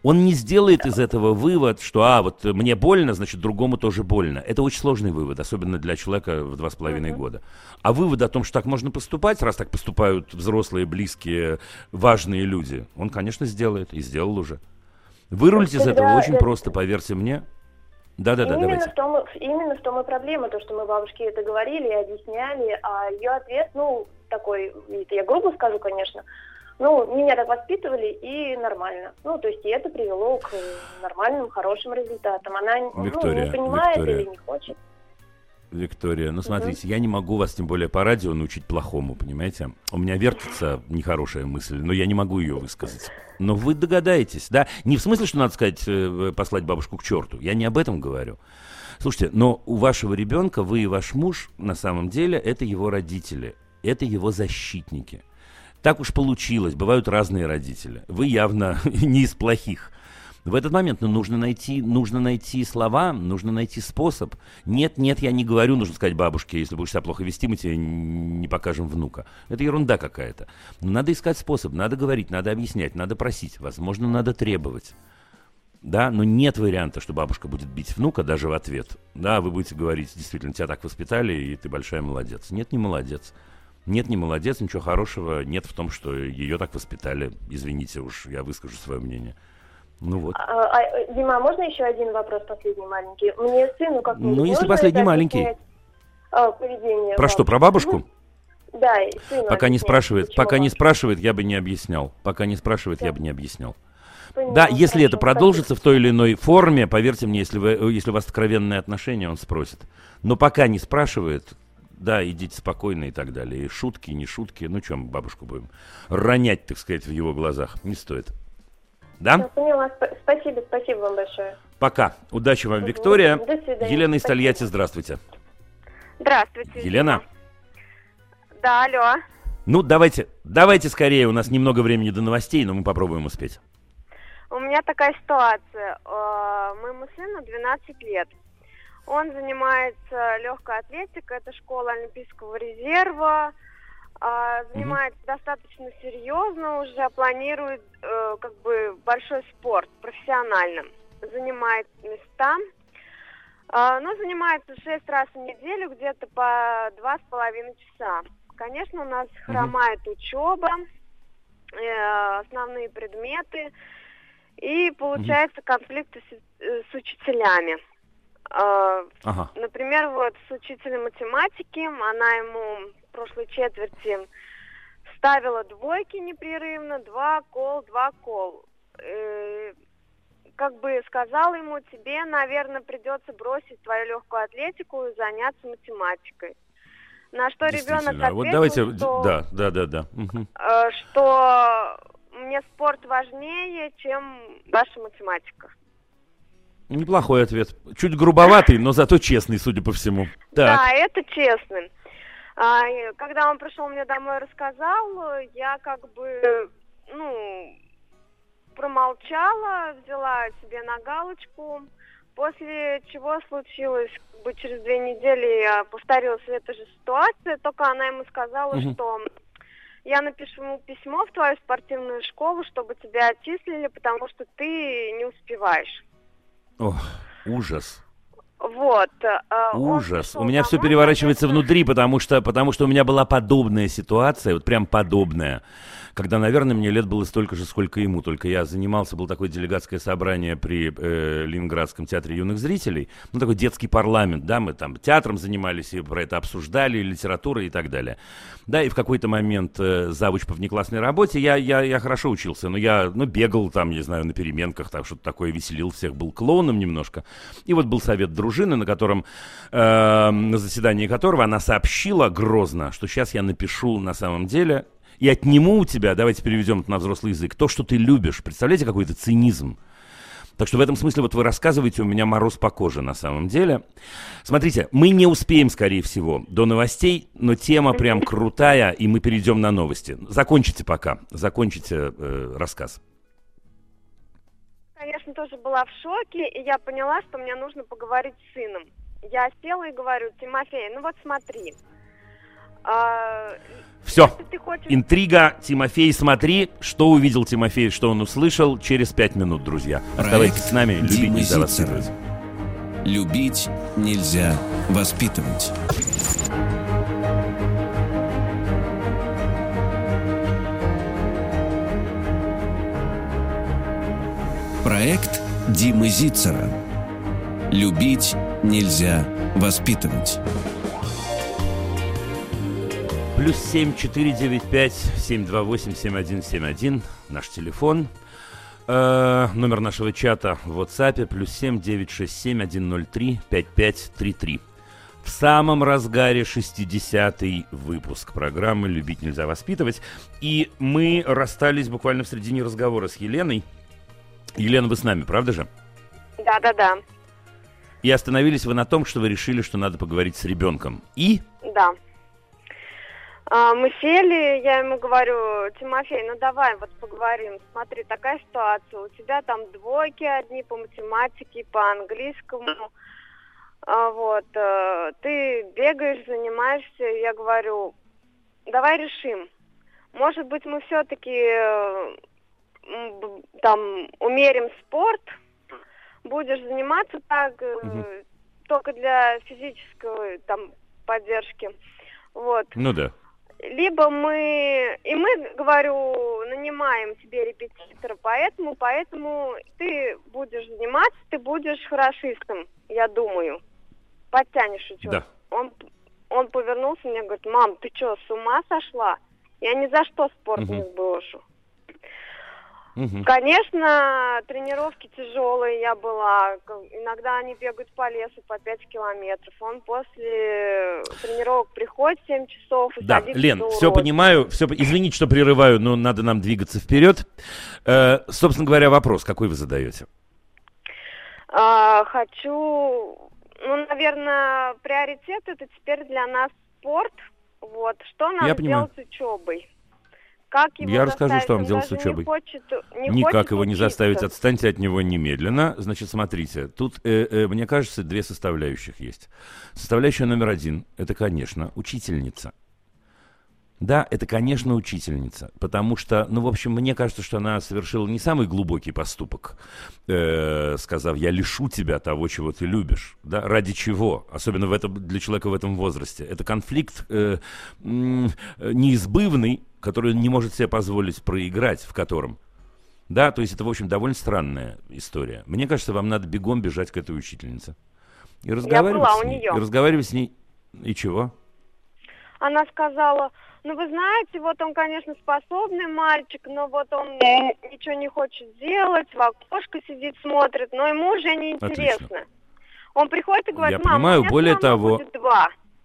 Он не сделает из этого вывод, что, вот мне больно, значит, другому тоже больно. Это очень сложный вывод, особенно для человека в 2,5 года. А вывод о том, что так можно поступать, раз так поступают взрослые, близкие, важные люди, он, конечно, сделает и сделал уже. Вырулить из этого очень просто, поверьте мне. Да-да-да, давайте. Именно в том и проблема, то, что мы бабушке это говорили и объясняли, а ее ответ, такой, это я грубо скажу, конечно, меня так воспитывали, и нормально. То есть и это привело к нормальным, хорошим результатам. Она Виктория, не понимает или не хочет. Виктория, смотрите, я не могу вас, тем более по радио, научить плохому, понимаете? У меня вертится нехорошая мысль, но я не могу ее высказать. Но вы догадаетесь, да? Не в смысле, что надо сказать, послать бабушку к черту. Я не об этом говорю. Слушайте, но у вашего ребенка, вы и ваш муж, на самом деле, это его родители, это его защитники. Так уж получилось, бывают разные родители. Вы явно не из плохих. В этот момент нужно найти слова, нужно найти способ. Нет, я не говорю, нужно сказать бабушке, если будешь себя плохо вести, мы тебе не покажем внука. Это ерунда какая-то. Но надо искать способ, надо говорить, надо объяснять, надо просить, возможно, надо требовать. Да, но нет варианта, что бабушка будет бить внука даже в ответ. Да, вы будете говорить, действительно, тебя так воспитали, и ты большая молодец. Нет, не молодец. Нет, не молодец, ничего хорошего нет в том, что ее так воспитали. Извините уж, я выскажу свое мнение. Вот. Дима, можно еще один вопрос последний маленький? Мне сыну как-нибудь если последний маленький. Поведение про что, про бабушку? Да, сыну. Пока не спрашивает, я бы не объяснял. Пока не спрашивает, я бы не объяснял. Понимаю, да, если хорошо, это продолжится в той или иной форме, поверьте мне, если у вас откровенные отношения, он спросит. Но пока не спрашивает, да, идите спокойно и так далее. И шутки, не шутки, чем бабушку будем ронять, так сказать, в его глазах, не стоит. Да? Я поняла. Спасибо вам большое. Пока. Удачи вам, Виктория. До свидания. Елена из Тольятти, здравствуйте. Здравствуйте. Елена? Да, алло. Давайте скорее, у нас немного времени до новостей, но мы попробуем успеть. У меня такая ситуация. Моему сыну 12 лет. Он занимается легкой атлетикой, это школа Олимпийского резерва. Занимается достаточно серьезно, уже планирует большой спорт, профессионально. Занимает места, но занимается 6 раз в неделю, где-то по 2,5 часа. Конечно, у нас хромает учеба, основные предметы, и получается конфликты с учителями. Например, с учителем математики, она ему в прошлой четверти ставила двойки непрерывно, 2 кол. Сказала ему, тебе, наверное, придется бросить твою легкую атлетику и заняться математикой. На что ребенок ответил, что мне спорт важнее, чем ваша математика. Неплохой ответ. Чуть грубоватый, но зато честный, судя по всему. Так. Да, это честный. Когда он пришел мне домой и рассказал, я промолчала, взяла себе на галочку, после чего случилось, через 2 недели повторилась эта же ситуация, только она ему сказала, что я напишу ему письмо в твою спортивную школу, чтобы тебя отчислили, потому что ты не успеваешь. Ох, ужас. Ужас. У меня все переворачивается внутри, потому что у меня была подобная ситуация, прям подобная, когда, наверное, мне лет было столько же, сколько ему, только я занимался, было такое делегатское собрание при Ленинградском театре юных зрителей, такой детский парламент, да, мы там театром занимались и про это обсуждали, литературой и так далее. Да, и в какой-то момент завуч по внеклассной работе, я хорошо учился, но я бегал там, не знаю, на переменках, так что-то такое, веселил всех, был клоуном немножко. И был совет дружины, на котором, на заседании которого она сообщила грозно, что сейчас я напишу на самом деле и отниму у тебя, давайте переведем это на взрослый язык, то, что ты любишь. Представляете, какой-то цинизм? Так что в этом смысле вы рассказываете, у меня мороз по коже на самом деле. Смотрите, мы не успеем, скорее всего, до новостей, но тема прям крутая, и мы перейдем на новости. Закончите рассказ. Конечно, тоже была в шоке, и я поняла, что мне нужно поговорить с сыном. Я села и говорю, Тимофей, смотри, Все, интрига. Тимофей, смотри, что увидел Тимофей, что он услышал через 5 минут, друзья. Оставайтесь с нами, любить нельзя воспитывать. Любить нельзя воспитывать. Проект Димы Зицера. Любить нельзя воспитывать. +7 495 728 7171 наш телефон. Номер нашего чата в WhatsApp +7 967 103 5533. В самом разгаре 60-й выпуск программы «Любить нельзя воспитывать». И мы расстались буквально в середине разговора с Еленой. Елена, вы с нами, правда же? Да. И остановились вы на том, что вы решили, что надо поговорить с ребенком. И? Да. Мы сели, я ему говорю: Тимофей, ну давай вот поговорим. Смотри, такая ситуация, у тебя там двойки одни по математике, по английскому. Вот, ты бегаешь, занимаешься, я говорю, давай решим. Может быть, мы все-таки там умерим спорт, будешь заниматься так, только для физической там поддержки. Вот. Ну да. Либо мы, говорю, нанимаем тебе репетитора, поэтому ты будешь заниматься, ты будешь хорошистом, я думаю. Подтянешь учет. Да. Он повернулся мне и говорит: мам, ты что, с ума сошла? Я ни за что спорт не сброшу. Конечно, тренировки тяжелые я была. Иногда они бегают по лесу по 5 километров. Он после тренировок приходит в 7 часов и да, садится Лен, за урок. все понимаю. Извините, что прерываю, но надо нам двигаться вперед. Собственно говоря, вопрос, какой вы задаете? Хочу... наверное, приоритет это теперь для нас спорт. Вот. Что нам делать с учебой? Как его Я расскажу, заставить? что вам делать с учебой. Никак хочет его не заставить, отстаньте от него немедленно. Значит, смотрите, тут, мне кажется, две составляющих есть. Составляющая номер 1, это, конечно, учительница. Да, это, конечно, учительница, потому что, в общем, мне кажется, что она совершила не самый глубокий поступок, сказав: я лишу тебя того, чего ты любишь. Да? Ради чего? Особенно для человека в этом возрасте. Это конфликт неизбывный, который он не может себе позволить проиграть, в котором. Да, то есть это, в общем, довольно странная история. Мне кажется, вам надо бегом бежать к этой учительнице. И разговаривать с ней. И разговаривать с ней. И чего? Она сказала: вы знаете, вот он, конечно, способный мальчик, но вот он ничего не хочет делать, в окошко сидит, смотрит, но ему уже не интересно. Отлично. Он приходит и говорит: я понимаю, у меня более того... будет 2.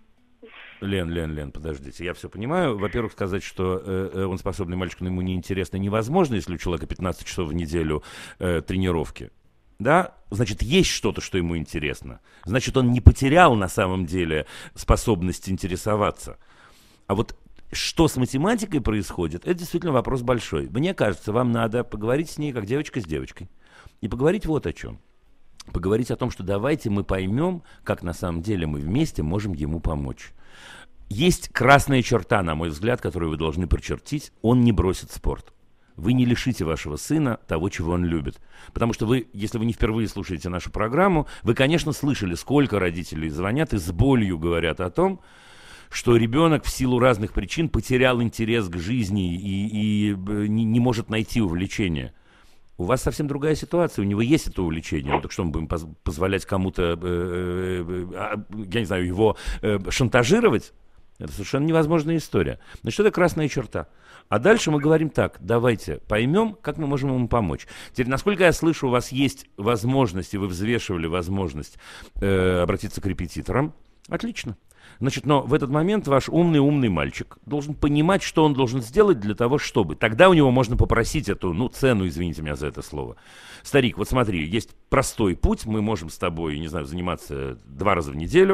Лен, подождите, я все понимаю. Во-первых, сказать, что он способный мальчик, но ему неинтересно, невозможно, если у человека 15 часов в неделю тренировки. Да? Значит, есть что-то, что ему интересно. Значит, он не потерял на самом деле способность интересоваться. А вот что с математикой происходит, это действительно вопрос большой. Мне кажется, вам надо поговорить с ней, как девочка с девочкой. И поговорить вот о чем. Поговорить о том, что давайте мы поймем, как на самом деле мы вместе можем ему помочь. Есть красная черта, на мой взгляд, которую вы должны прочертить. Он не бросит спорт. Вы не лишите вашего сына того, чего он любит. Потому что вы, если вы не впервые слушаете нашу программу, вы, конечно, слышали, сколько родителей звонят и с болью говорят о том, что ребенок в силу разных причин потерял интерес к жизни и не может найти увлечение. У вас совсем другая ситуация, у него есть это увлечение. Ну, так что мы будем позволять кому-то, я не знаю, его шантажировать? Это совершенно невозможная история. Значит, это красная черта. А дальше мы говорим так: давайте поймем, как мы можем ему помочь. Теперь, насколько я слышу, у вас есть возможность, и вы взвешивали возможность обратиться к репетиторам. Отлично. Значит, но в этот момент ваш умный мальчик должен понимать, что он должен сделать для того, чтобы... Тогда у него можно попросить эту, цену, извините меня за это слово. Старик, вот смотри, есть простой путь, мы можем с тобой, не знаю, заниматься 2 раза в неделю,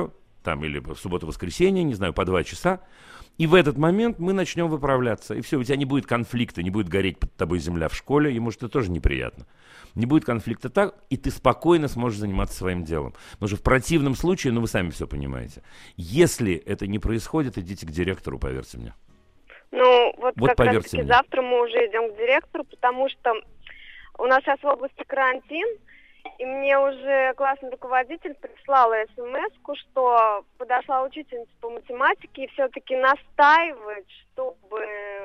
там, или в субботу-воскресенье, не знаю, по 2 часа, и в этот момент мы начнем выправляться. И все, у тебя не будет конфликта, не будет гореть под тобой земля в школе, ему это тоже неприятно. Не будет конфликта так, и ты спокойно сможешь заниматься своим делом. Потому что в противном случае, вы сами все понимаете, если это не происходит, идите к директору, поверьте мне. Вот как раз-таки завтра мы уже идем к директору, потому что у нас сейчас в области карантин, и мне уже классный руководитель прислала смс-ку, что подошла учительница по математике и все-таки настаивает, чтобы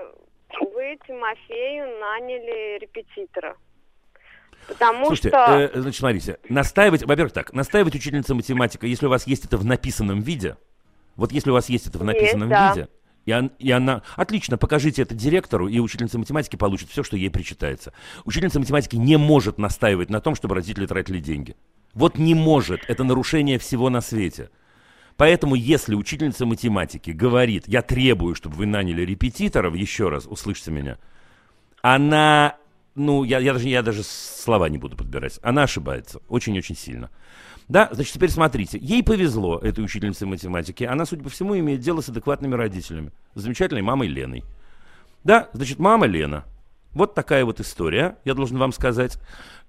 вы Тимофею наняли репетитора. Слушайте, значит, смотрите, настаивать учительница математика, если у вас есть это в написанном виде, вот если у вас есть это в написанном виде, и она... Отлично, покажите это директору, и учительница математики получит все, что ей причитается. Учительница математики не может настаивать на том, чтобы родители тратили деньги. Вот не может. Это нарушение всего на свете. Поэтому, если учительница математики говорит, я требую, чтобы вы наняли репетиторов, еще раз, услышьте меня, она... я даже слова не буду подбирать. Она ошибается. Очень-очень сильно. Да, значит, теперь смотрите. Ей повезло, этой учительнице математики. Она, судя по всему, имеет дело с адекватными родителями. С замечательной мамой Леной. Да, значит, мама Лена. Вот такая вот история, я должен вам сказать.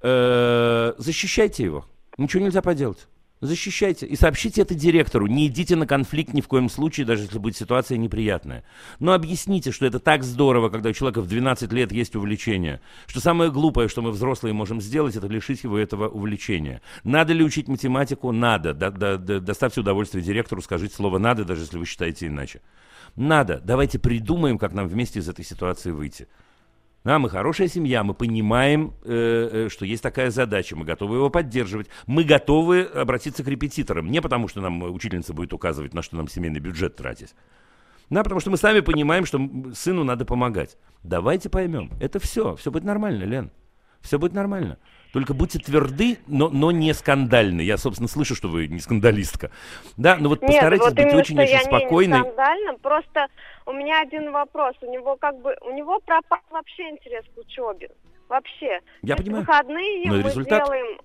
Защищайте его. Ничего нельзя поделать. Защищайте и сообщите это директору. Не идите на конфликт ни в коем случае, даже если будет ситуация неприятная. Но объясните, что это так здорово, когда у человека в 12 лет есть увлечение. Что самое глупое, что мы взрослые можем сделать, это лишить его этого увлечения. Надо ли учить математику? Надо. Доставьте удовольствие директору, скажите слово «надо», даже если вы считаете иначе. Надо. Давайте придумаем, как нам вместе из этой ситуации выйти. Да, мы хорошая семья, мы понимаем, что есть такая задача, мы готовы его поддерживать, мы готовы обратиться к репетиторам, не потому что нам учительница будет указывать, на что нам семейный бюджет тратить, да, потому что мы сами понимаем, что сыну надо помогать. Давайте поймем, это все будет нормально, Лен, все будет нормально. Только будьте тверды, но не скандальны. Я, собственно, слышу, что вы не скандалистка. Да, но вот постарайтесь быть очень-очень спокойной. Не скандально, просто у меня один вопрос. У него пропал вообще интерес к учебе. Вообще. Я понимаю. В выходные мы делаем,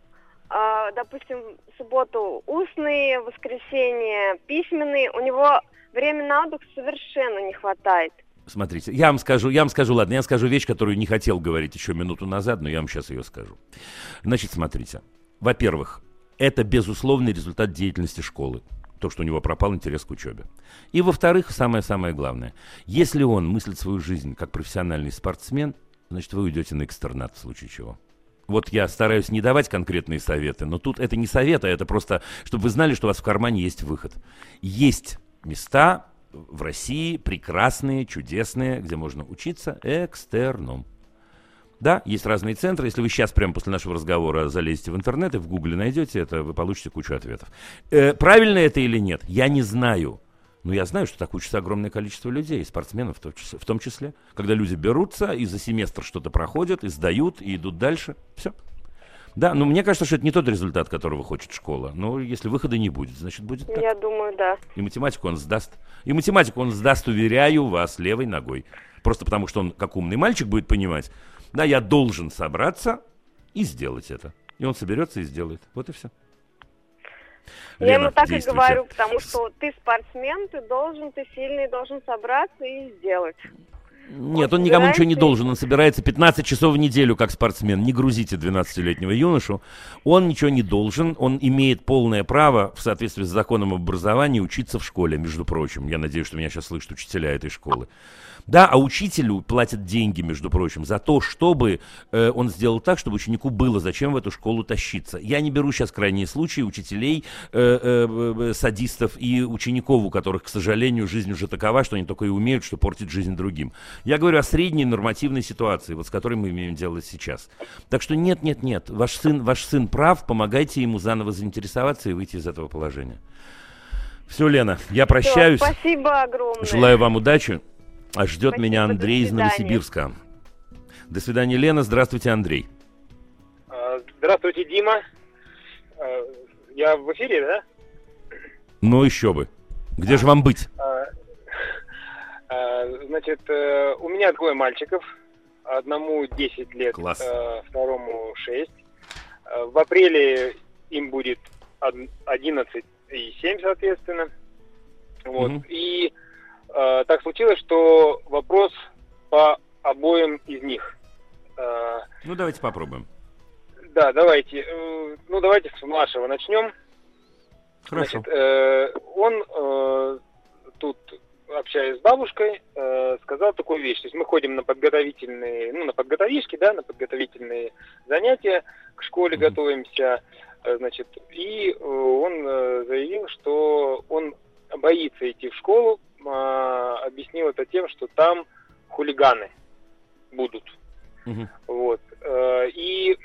допустим, в субботу устные, в воскресенье письменные. У него времени на отдых совершенно не хватает. Смотрите, я вам скажу вещь, которую не хотел говорить еще минуту назад, но я вам сейчас ее скажу. Значит, смотрите. Во-первых, это безусловный результат деятельности школы. То, что у него пропал интерес к учебе. И во-вторых, самое-самое главное. Если он мыслит свою жизнь как профессиональный спортсмен, значит, вы уйдете на экстернат в случае чего. Вот я стараюсь не давать конкретные советы, но тут это не советы, это просто, чтобы вы знали, что у вас в кармане есть выход. Есть места в России прекрасные, чудесные, где можно учиться экстерном. Да, есть разные центры. Если вы сейчас прямо после нашего разговора залезете в интернет и в гугле найдете это, вы получите кучу ответов. Правильно это или нет, я не знаю. Но я знаю, что так учится огромное количество людей, спортсменов в том числе. Когда люди берутся и за семестр что-то проходят, и сдают, и идут дальше. Все. Да, но мне кажется, что это не тот результат, которого хочет школа. Но если выхода не будет, значит, будет так. Я думаю, да. И математику он сдаст. Уверяю вас, левой ногой. Просто потому, что он, как умный мальчик, будет понимать, да, я должен собраться и сделать это. И он соберется и сделает. Вот и все. Я ему так и говорю, потому что ты спортсмен, ты сильный, должен собраться и сделать. Нет, он никому ничего не должен, он собирается 15 часов в неделю как спортсмен. Не грузите 12-летнего юношу. Он ничего не должен, он имеет полное право в соответствии с законом об образовании учиться в школе, между прочим. Я надеюсь, что меня сейчас слышат учителя этой школы. Да, а учителю платят деньги, между прочим, за то, чтобы он сделал так, чтобы ученику было зачем в эту школу тащиться. Я не беру сейчас крайние случаи учителей, садистов и учеников, у которых, к сожалению, жизнь уже такова, что они только и умеют, что портить жизнь другим. Я говорю о средней нормативной ситуации, вот с которой мы имеем дело сейчас. Так что нет, ваш сын прав, помогайте ему заново заинтересоваться и выйти из этого положения. Все, Лена, я прощаюсь. Все, спасибо огромное. Желаю вам удачи. А ждет Спасибо, меня Андрей из Новосибирска. До свидания, Лена. Здравствуйте, Андрей. Здравствуйте, Дима. Я в эфире, да? Ну еще бы. Где же вам быть? Значит, у меня 2 мальчиков. Одному 10 лет, Класс. Второму 6. В апреле им будет 11 и 7, соответственно. Вот. И так случилось, что вопрос по обоим из них. Ну, давайте попробуем. Да, давайте. Ну, давайте с младшего начнем. Хорошо. Значит, он тут, общаясь с бабушкой, сказал такую вещь. То есть мы ходим на подготовительные, на подготовишки, да, на подготовительные занятия, к школе готовимся, значит, и он заявил, что он боится идти в школу, объяснил это тем, что там хулиганы будут. Вот. И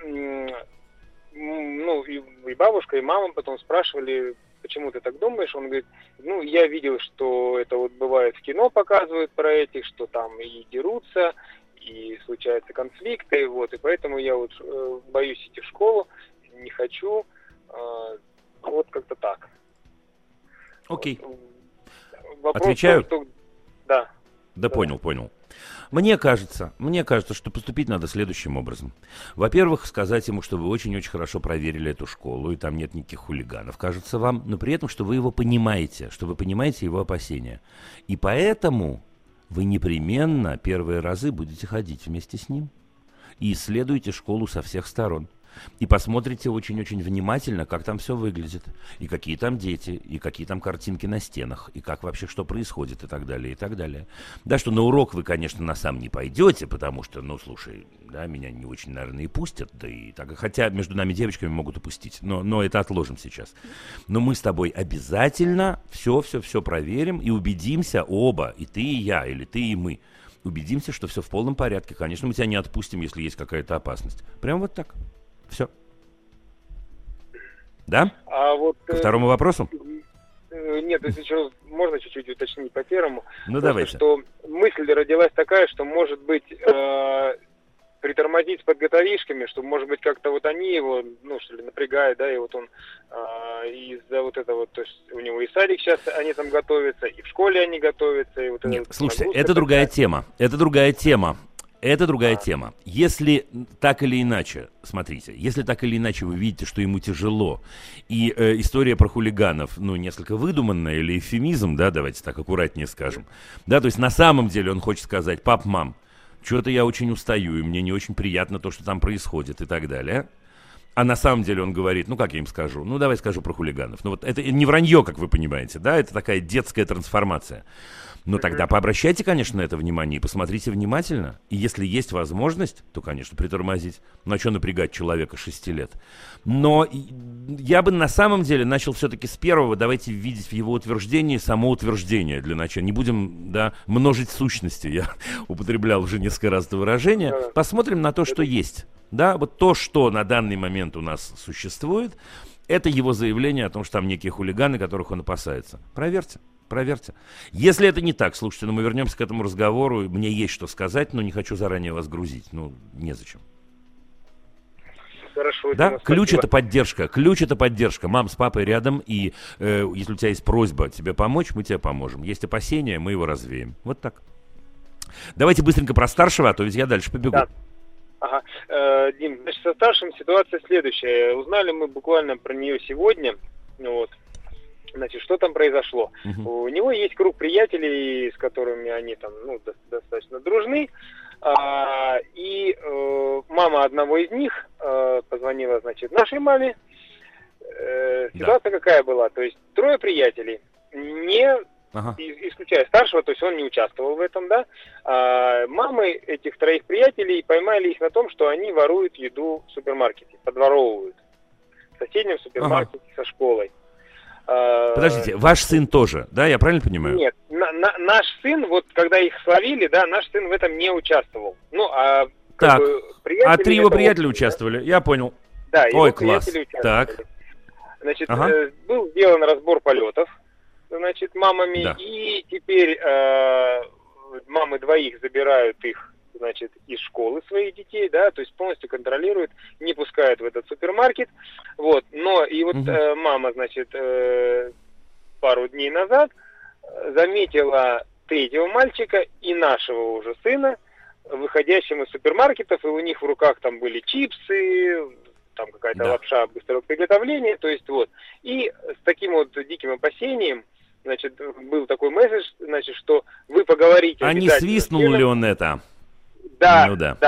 бабушка, и мама потом спрашивали, почему ты так думаешь? Он говорит, я видел, что это вот бывает в кино, показывают про этих, что там и дерутся, и случаются конфликты, вот, и поэтому я вот боюсь идти в школу, не хочу, вот как-то так. Окей. Вопрос отвечаю? В том, что... Да. Да, понял. Мне кажется, что поступить надо следующим образом. Во-первых, сказать ему, что вы очень-очень хорошо проверили эту школу, и там нет никаких хулиганов, кажется вам, но при этом, что вы его понимаете, что вы понимаете его опасения. И поэтому вы непременно первые разы будете ходить вместе с ним и исследуете школу со всех сторон. И посмотрите очень-очень внимательно, как там все выглядит, и какие там дети, и какие там картинки на стенах, и как вообще что происходит, и так далее, и так далее. Да, что на урок вы, конечно, на сам не пойдете, потому что, слушай, да, меня не очень, наверное, и пустят, да и так, хотя между нами девочками могут упустить, но это отложим сейчас. Но мы с тобой обязательно все проверим и убедимся оба, и ты, и я, или ты, и мы, убедимся, что все в полном порядке. Конечно, мы тебя не отпустим, если есть какая-то опасность. Прям вот так. Все. Да? А вот, ко второму вопросу? Нет, если что, можно чуть-чуть уточнить по первому. Ну, давайте. Что мысль родилась такая, что, может быть, притормозить с подготовишками, что, может быть, как-то вот они его, что ли, напрягают, да, и вот он из-за вот этого, то есть у него и садик сейчас, они там готовятся, и в школе они готовятся, и вот... Нет, слушайте, это другая тема. Это другая тема. Если так или иначе, смотрите, если так или иначе вы видите, что ему тяжело, и история про хулиганов, несколько выдуманная или эвфемизм, да, давайте так аккуратнее скажем, да, то есть на самом деле он хочет сказать, пап, мам, что-то я очень устаю, и мне не очень приятно то, что там происходит и так далее. А на самом деле он говорит, как я им скажу? Давай скажу про хулиганов. Вот это не вранье, как вы понимаете, да, это такая детская трансформация. Но тогда пообращайте, конечно, на это внимание и посмотрите внимательно. И если есть возможность, то, конечно, притормозить. А что напрягать человека 6 лет? Но я бы на самом деле начал все-таки с первого. Давайте видеть в его утверждении самоутверждение для начала. Не будем, множить сущности. Я употреблял уже несколько раз это выражение. Посмотрим на то, что есть. Да, вот то, что на данный момент у нас существует, это его заявление о том, что там некие хулиганы, которых он опасается. Проверьте. Если это не так, слушайте, мы вернемся к этому разговору. Мне есть что сказать, но не хочу заранее вас грузить. Незачем. Хорошо. Да? Ключ это поддержка. Мам с папой рядом, и если у тебя есть просьба тебе помочь, мы тебе поможем. Есть опасения, мы его развеем. Вот так. Давайте быстренько про старшего, а то ведь я дальше побегу. Да. Ага. Дим, значит, со старшим ситуация следующая. Узнали мы буквально про нее сегодня. Вот. Значит, что там произошло? У него есть круг приятелей, с которыми они там, достаточно дружны. И мама одного из них позвонила, значит, нашей маме. Ситуация какая была? То есть 3 приятелей, исключая старшего, то есть он не участвовал в этом, да. Мамы этих 3 приятелей поймали их на том, что они воруют еду в супермаркете, подворовывают. В соседнем супермаркете со школой. Подождите, ваш сын тоже, да, я правильно понимаю? Нет, наш сын, вот когда их словили, да, наш сын в этом не участвовал. Так, 3 его приятеля участвовали, я понял. Да, ой, класс. Так. Значит, был сделан разбор полетов, значит, мамами, да. И теперь мамы 2 забирают их, значит, из школы своих детей, да, то есть полностью контролируют, не пускают в этот супермаркет, вот, но и вот мама, значит, пару дней назад заметила 3-го мальчика и нашего уже сына, выходящим из супермаркетов, и у них в руках там были чипсы, там какая-то лапша быстрого приготовления, то есть вот. И с таким вот диким опасением, значит, был такой месседж, значит, что вы поговорите... А не свистнул ли он это? Да, ну, да,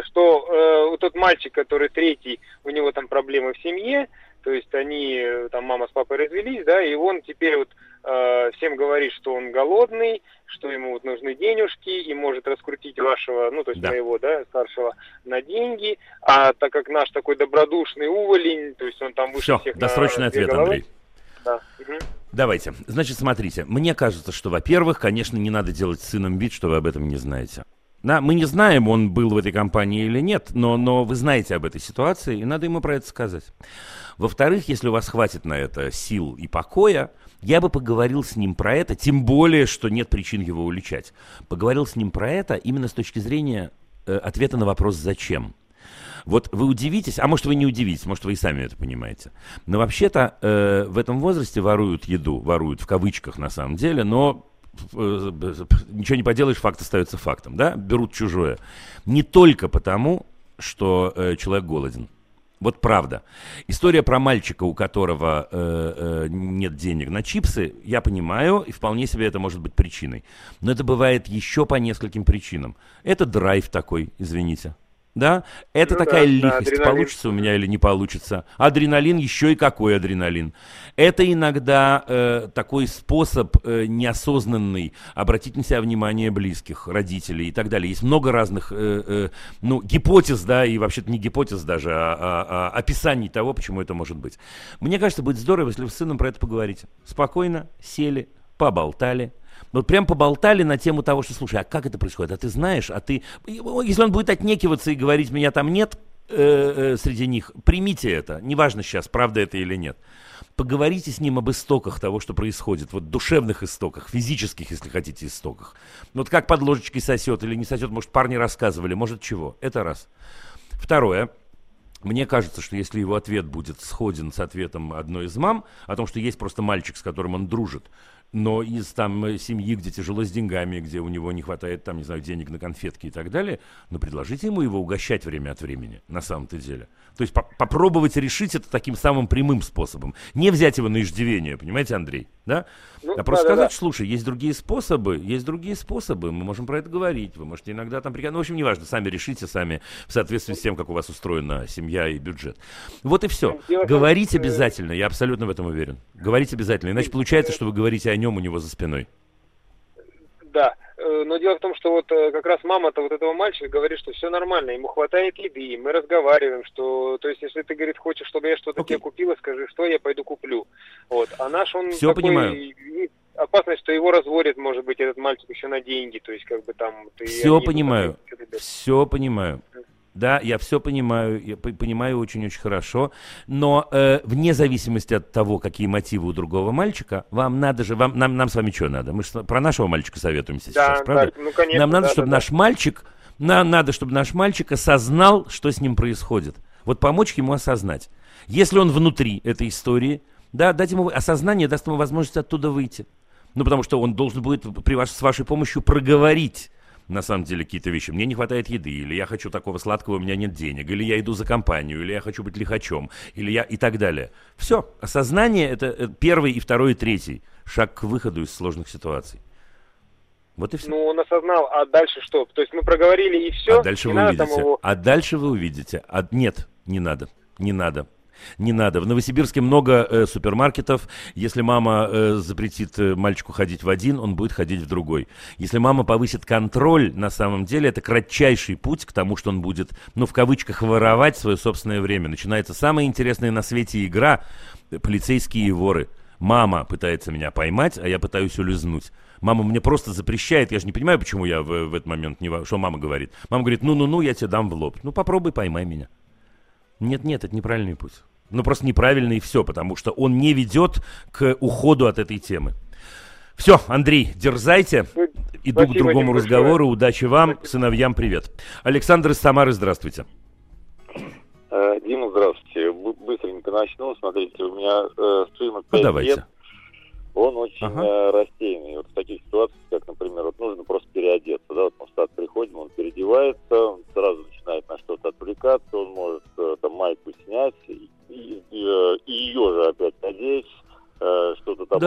что тот мальчик, который третий, у него там проблемы в семье, то есть они, там мама с папой развелись, да, и он теперь вот всем говорит, что он голодный, что ему вот нужны денежки, и может раскрутить вашего, ну, то есть моего, да, старшего, на деньги, а так как наш такой добродушный уволень, то есть он там выше всех... Все, досрочный ответ, головы. Андрей. Да. Давайте. Значит, смотрите, мне кажется, что, во-первых, конечно, не надо делать с сыном вид, что вы об этом не знаете. Да, мы не знаем, он был в этой компании или нет, но вы знаете об этой ситуации, и надо ему про это сказать. Во-вторых, если у вас хватит на это сил и покоя, я бы поговорил с ним про это, тем более, что нет причин его уличать. Поговорил с ним про это именно с точки зрения ответа на вопрос «зачем?». Вот вы удивитесь, а может вы не удивитесь, может вы и сами это понимаете. Но вообще-то в этом возрасте воруют еду, воруют в кавычках на самом деле, но... ничего не поделаешь, факт остается фактом, да, берут чужое. Не только потому, что человек голоден. Вот правда. История про мальчика, у которого нет денег на чипсы, я понимаю, и вполне себе это может быть причиной. Но это бывает еще по нескольким причинам. Это драйв такой, извините. Да? Это такая лихость, получится у меня или не получится. Адреналин, еще и какой адреналин. Это иногда такой способ неосознанный обратить на себя внимание близких, родителей и так далее. Есть много разных гипотез, да, и вообще-то не гипотез даже, а описаний того, почему это может быть. Мне кажется, будет здорово, если вы с сыном про это поговорите. Спокойно сели, поболтали. Вот прям поболтали на тему того, что, слушай, а как это происходит? А ты знаешь, а ты... Если он будет отнекиваться и говорить, меня там нет среди них, примите это. Неважно сейчас, правда это или нет. Поговорите с ним об истоках того, что происходит. Вот душевных истоках, физических, если хотите, истоках. Вот как под ложечкой сосет или не сосет, может, парни рассказывали, может, чего. Это раз. Второе. Мне кажется, что если его ответ будет сходен с ответом одной из мам, о том, что есть просто мальчик, с которым он дружит, но из там семьи, где тяжело с деньгами, где у него не хватает там, не знаю, денег на конфетки и так далее, но предложите ему его угощать время от времени, на самом-то деле. То есть попробовать решить это таким самым прямым способом. Не взять его на иждивение, понимаете, Андрей? Да? А просто сказать, слушай, есть другие способы, мы можем про это говорить, вы можете иногда там приказать, ну, в общем, неважно, сами решите, сами в соответствии с тем, как у вас устроена семья и бюджет. Вот и все. Говорить обязательно, я абсолютно в этом уверен. Говорить обязательно, иначе получается, что вы говорите о нем у него за спиной. Да, но дело в том, что вот как раз мама-то вот этого мальчика говорит, что все нормально, ему хватает еды, мы разговариваем, что, то есть, если ты, говорит, хочешь, чтобы я что-то тебе купила, скажи, что я пойду куплю. Вот, а наш он все такой, понимаю. Опасность, что его разводят, может быть, этот мальчик еще на деньги, то есть, как бы там... Все понимаю. Да, я все понимаю, я понимаю очень-очень хорошо, но вне зависимости от того, какие мотивы у другого мальчика, нам с вами что надо? Мы же про нашего мальчика советуемся сейчас, правда? Да, ну, конечно, нам надо, чтобы наш мальчик осознал, что с ним происходит. Вот помочь ему осознать. Если он внутри этой истории, да, дать ему осознание, даст ему возможность оттуда выйти. Ну, потому что он должен будет с вашей помощью проговорить на самом деле какие-то вещи. Мне не хватает еды, или я хочу такого сладкого, у меня нет денег, или я иду за компанию, или я хочу быть лихачом, или я и так далее. Все. Осознание – это первый, и второй, и третий шаг к выходу из сложных ситуаций. Вот и все. Ну, он осознал, а дальше что? То есть мы проговорили, и все? А дальше вы увидите. Нет, не надо. Не надо. В Новосибирске много супермаркетов. Если мама запретит мальчику ходить в один, он будет ходить в другой. Если мама повысит контроль, на самом деле, это кратчайший путь к тому, что он будет, в кавычках, воровать свое собственное время. Начинается самая интересная на свете игра «Полицейские и воры». Мама пытается меня поймать, а я пытаюсь улизнуть. Мама мне просто запрещает, я же не понимаю, почему я в этот момент, что мама говорит. Мама говорит, ну, я тебе дам в лоб. Попробуй поймай меня. Нет, это неправильный путь. Просто неправильный и все, потому что он не ведет к уходу от этой темы. Все, Андрей, дерзайте. Иду к другому разговору. Удачи вам, сыновьям привет. Александр из Самары, здравствуйте. Дима, здравствуйте. Быстренько начну. Смотрите, у меня сыну 5 лет. Он очень рассеянный. Вот в таких ситуациях, как, например, нужно просто переодеться. Да? Мы в сад приходим, он переодевается, он сразу начинает на что-то отвлекаться, он может там майку снять,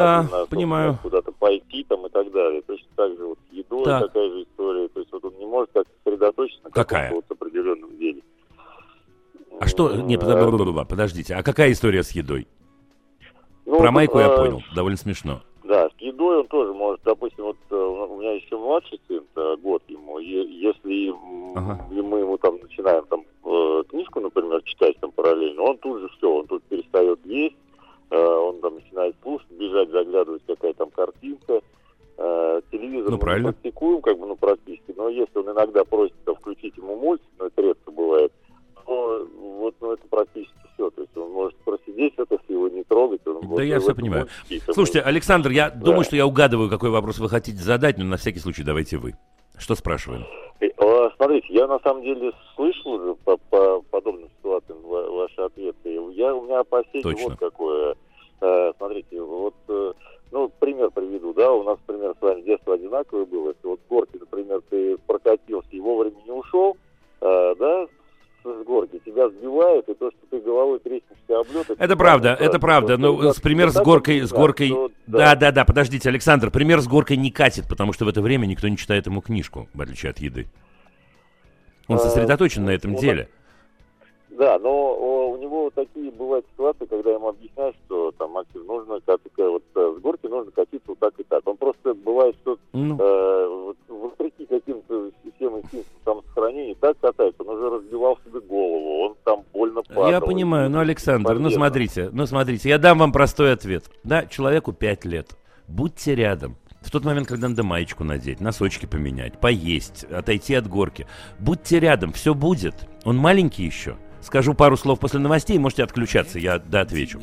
Да, понимаю. Куда-то пойти там и так далее. Точно так же вот с едой такая же история. То есть вот он не может как сосредоточиться на каком-то вот определенном деле. А что? Не, подождите. А какая история с едой? Про майку я понял. Довольно смешно. Да, с едой он тоже может, допустим, вот у меня еще младший сын, год ему, если мы ему там начинаем там книжку, например, читать там параллельно, он тут же все, он тут перестает есть, он там начинает слушать, бежать, заглядывать, какая там картинка, телевизор мы не практикуем, как бы, практически, но если он иногда просит включить ему мультик, но это редко бывает, то вот, это практически все, то есть он может просидеть, это если его не трогать. Да, я все понимаю. Слушайте, Александр, я думаю, что я угадываю, какой вопрос вы хотите задать, но на всякий случай давайте вы. Что спрашиваем? Смотрите, я на самом деле слышал уже по подобным ситуациям ваши ответы. У меня опасение вот какое. Смотрите, вот, пример приведу, да, у нас, например, с вами детство одинаковое было. Если вот с горки, например, ты прокатился и вовремя не ушел, да, с горки, тебя сбивают, и то, что ты головой треснешься об лед... Это правда, но пример с горкой... Да, подождите, Александр, пример с горкой не катит, потому что в это время никто не читает ему книжку, в отличие от еды. Он сосредоточен на этом деле. Да, но у него такие бывают ситуации, когда ему объясняют, что там, Максим, нужно вот с горки нужно катиться вот так и так. Он просто бывает, что вопреки каким-то всем инстинктам самосохранения так катается, он уже разбивал себе голову, он там больно падал. Я понимаю, Александр, смотрите, я дам вам простой ответ. Да, человеку 5 лет. Будьте рядом. В тот момент, когда надо маечку надеть, носочки поменять, поесть, отойти от горки. Будьте рядом, все будет. Он маленький еще. Скажу пару слов после новостей, можете отключаться, я отвечу.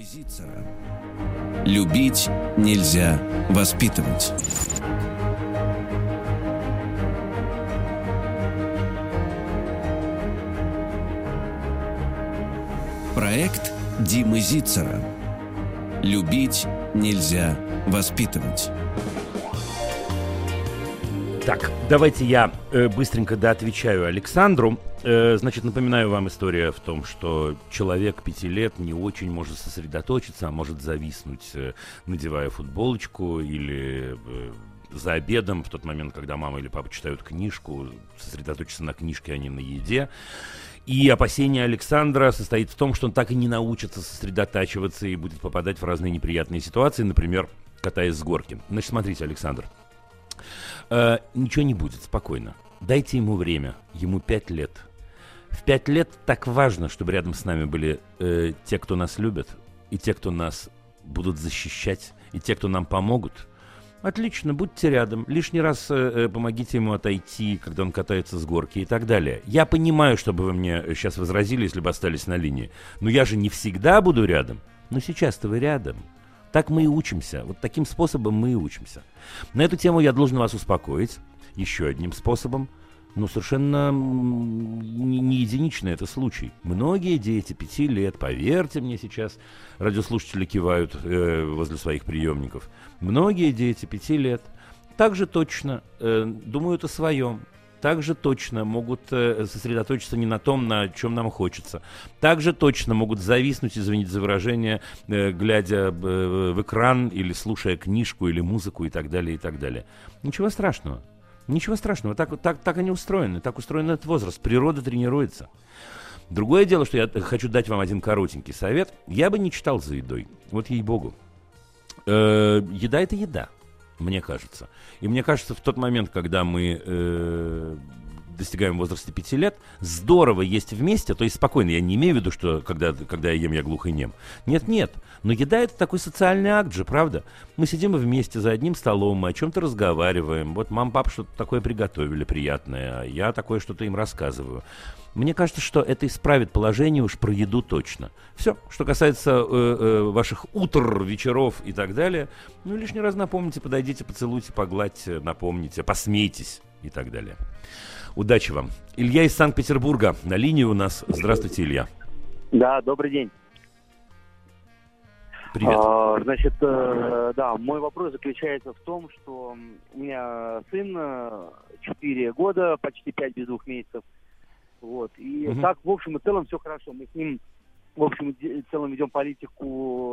Любить нельзя воспитывать. Проект Димы Зицера. Любить нельзя воспитывать. Так, давайте я быстренько доотвечаю Александру. Значит, напоминаю вам история в том, что человек 5 лет не очень может сосредоточиться, а может зависнуть, надевая футболочку или за обедом, в тот момент, когда мама или папа читают книжку, сосредоточиться на книжке, а не на еде. И опасение Александра состоит в том, что он так и не научится сосредотачиваться и будет попадать в разные неприятные ситуации, например, катаясь с горки. Значит, смотрите, Александр. Ничего не будет, спокойно. Дайте ему время, ему 5 лет. В 5 лет так важно, чтобы рядом с нами были те, кто нас любят, и те, кто нас будут защищать, и те, кто нам помогут. Отлично, будьте рядом. Лишний раз помогите ему отойти, когда он катается с горки и так далее. Я понимаю, что бы вы мне сейчас возразили, если бы остались на линии. Но я же не всегда буду рядом. Но сейчас-то вы рядом. Так мы и учимся. Вот таким способом мы и учимся. На эту тему я должен вас успокоить. Еще одним способом. Но совершенно не единичный это случай. Многие дети 5 лет, поверьте мне сейчас, радиослушатели кивают возле своих приемников. Многие дети 5 лет также точно думают о своем. Также точно могут сосредоточиться не на том, на чем нам хочется. Также точно могут зависнуть, извините за выражение, глядя в экран или слушая книжку или музыку и так далее, и так далее. Ничего страшного. Ничего страшного. Так они устроены. Так устроен этот возраст. Природа тренируется. Другое дело, что я хочу дать вам один коротенький совет. Я бы не читал за едой. Вот ей-богу. Еда – это еда. Мне кажется. И мне кажется, в тот момент, когда мы достигаем возраста 5 лет, здорово есть вместе, то есть спокойно, я не имею в виду, что когда я ем, я глух и нем. Нет, но еда – это такой социальный акт же, правда? Мы сидим вместе за одним столом, мы о чем-то разговариваем, вот мама, папа что-то такое приготовили приятное, а я такое что-то им рассказываю. Мне кажется, что это исправит положение уж про еду точно. Все, что касается ваших утр, вечеров и так далее, лишний раз напомните, подойдите, поцелуйте, погладьте, напомните, посмейтесь и так далее. Удачи вам. Илья из Санкт-Петербурга на линии у нас. Здравствуйте, Илья. Да, добрый день. Привет. Значит, мой вопрос заключается в том, что у меня сын 4 года, почти 5 без 2 месяцев. Вот. И так, в общем и целом, все хорошо. Мы с ним, в общем и целом, ведем политику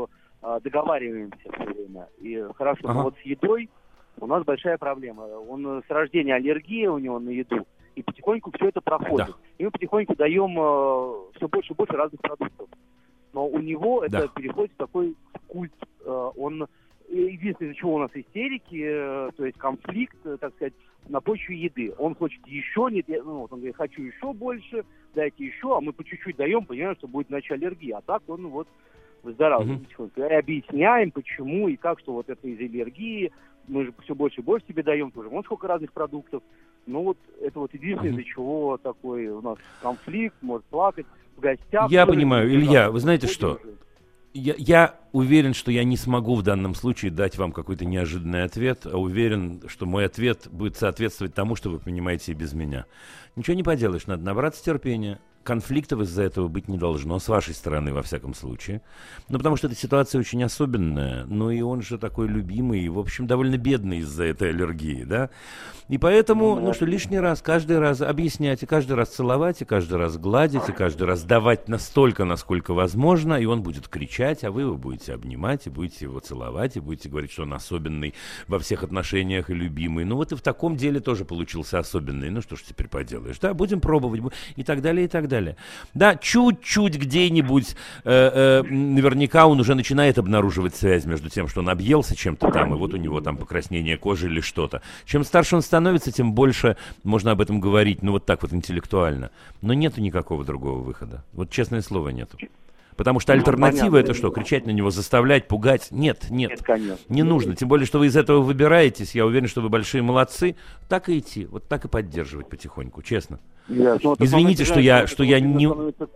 договариваемся все время. И хорошо, но вот с едой у нас большая проблема. Он с рождения аллергия у него на еду, и потихоньку все это проходит. Да. И мы потихоньку даем все больше и больше разных продуктов. Но у него это переходит в такой культ. Он единственное, из-за чего у нас истерики, то есть конфликт, так сказать, на почве еды. Он хочет еще, он говорит, хочу еще больше, дайте еще, а мы по чуть-чуть даем, понимаем, что будет иначе аллергия. А так он вот выздоравливает. И объясняем, почему и как, что вот это из аллергии, мы же все больше и больше тебе даем, тоже вон сколько разных продуктов. Ну вот это вот единственное, из-за чего такой у нас конфликт, может плакать в гостях. Я понимаю, Илья, вы знаете что? Я уверен, что я не смогу в данном случае дать вам какой-то неожиданный ответ, а уверен, что мой ответ будет соответствовать тому, что вы понимаете и без меня. Ничего не поделаешь, надо набраться терпения. Конфликтов из-за этого быть не должно, с вашей стороны, во всяком случае. Ну, потому что эта ситуация очень особенная. Ну, и он же такой любимый, и, в общем, довольно бедный из-за этой аллергии, да? И поэтому, лишний раз, каждый раз объяснять, и каждый раз целовать, и каждый раз гладить, и каждый раз давать настолько, насколько возможно, и он будет кричать, а вы его будете обнимать, и будете его целовать, и будете говорить, что он особенный во всех отношениях и любимый. Ну, вот и в таком деле тоже получился особенный. Ну, что ж теперь поделаешь, да? Будем пробовать, и так далее, и так далее. Да, чуть-чуть где-нибудь наверняка он уже начинает обнаруживать связь между тем, что он объелся чем-то там, и вот у него там покраснение кожи или что-то. Чем старше он становится, тем больше можно об этом говорить, ну вот так вот интеллектуально. Но нету никакого другого выхода. Вот честное слово, нету. Потому что альтернатива это что? Кричать на него, заставлять, пугать? Нет, не нужно. Тем более, что вы из этого выбираетесь. Я уверен, что вы большие молодцы. Так и идти, вот так и поддерживать потихоньку, честно. Извините, что я не...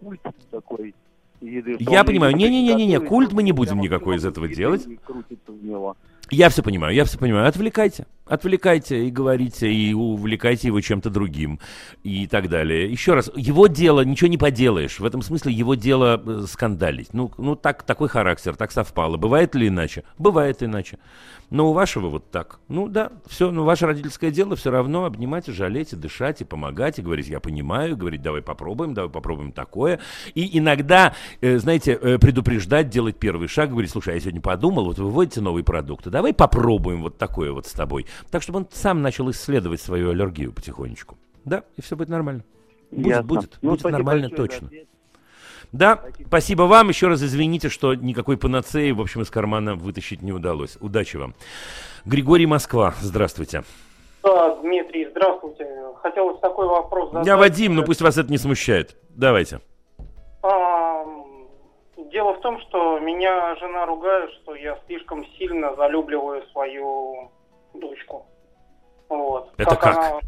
Я понимаю, не, культ мы не будем никакой из этого делать. Я все понимаю. Отвлекайте и говорите, и увлекайте его чем-то другим, и так далее. Еще раз, его дело, ничего не поделаешь. В этом смысле его дело скандалить. Ну такой характер, так совпало. Бывает ли иначе? Бывает иначе. Но у вашего вот так. Ну да, все, ваше родительское дело все равно обнимать и жалеть, и дышать, и помогать, и говорить, я понимаю, и говорить, давай попробуем такое. И иногда, знаете, предупреждать, делать первый шаг, говорить, слушай, я сегодня подумал, вот вы вводите новые продукты, давай попробуем вот такое вот с тобой. Так, чтобы он сам начал исследовать свою аллергию потихонечку. Да, и все будет нормально. Будет нормально точно. Да, спасибо вам. Еще раз извините, что никакой панацеи, в общем, из кармана вытащить не удалось. Удачи вам. Григорий, Москва. Здравствуйте. Да, Дмитрий, здравствуйте. Хотелось такой вопрос задать. Я Вадим, но пусть вас это не смущает. Давайте. Дело в том, что меня жена ругает, что я слишком сильно залюбливаю свою дочку. Вот. Это как?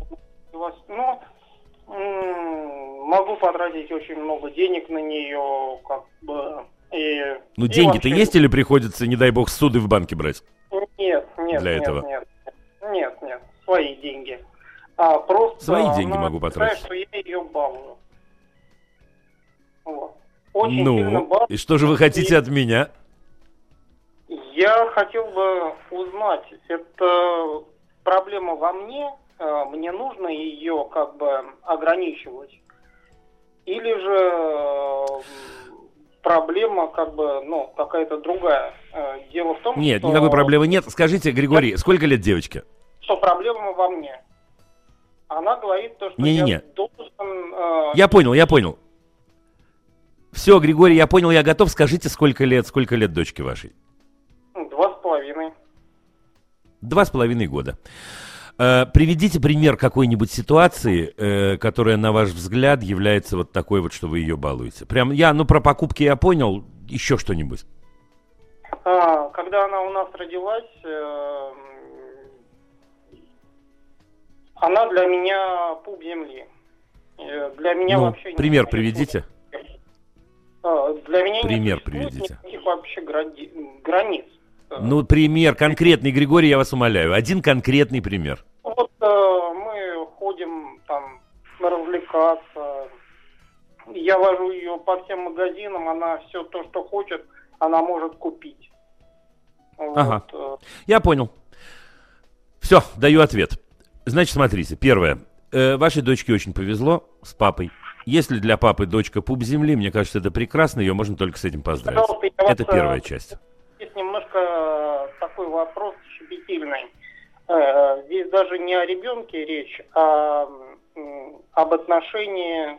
Могу потратить очень много денег на нее, как бы. Деньги-то вообще... есть или приходится, не дай бог, суды в банке брать? Нет, свои деньги. Просто свои деньги могу потратить. Что я ее балую. Вот. Очень сильно балую. И что же вы хотите от меня? Я хотел бы узнать, это проблема во мне? Мне нужно ее как бы ограничивать? Или же проблема как бы, какая-то другая? Дело в том, Нет, что... никакой проблемы нет. Скажите, Григорий, сколько лет девочке? Что проблема во мне. Она говорит то, что я должен... Я понял. Все, Григорий, я понял, я готов. Скажите, сколько лет дочке вашей? 2,5. 2,5 года. Приведите пример какой-нибудь ситуации, которая, на ваш взгляд, является вот такой вот, что вы ее балуете. Прям про покупки я понял, еще что-нибудь. Когда она у нас родилась, она для меня пуп земли. Для меня вообще... Пример приведите. Для меня пример приведите. Никаких вообще границ. Пример конкретный, Григорий, я вас умоляю. Один конкретный пример. Вот мы ходим там развлекаться. Я вожу ее по всем магазинам. Она все то, что хочет, она может купить. Ага. Я понял. Все, даю ответ. Значит, смотрите. Первое. Вашей дочке очень повезло с папой. Если для папы дочка пуп земли, мне кажется, это прекрасно. Ее можно только с этим поздравить. Это первая часть. такой вопрос щепетильный. Здесь даже не о ребенке речь, а об отношении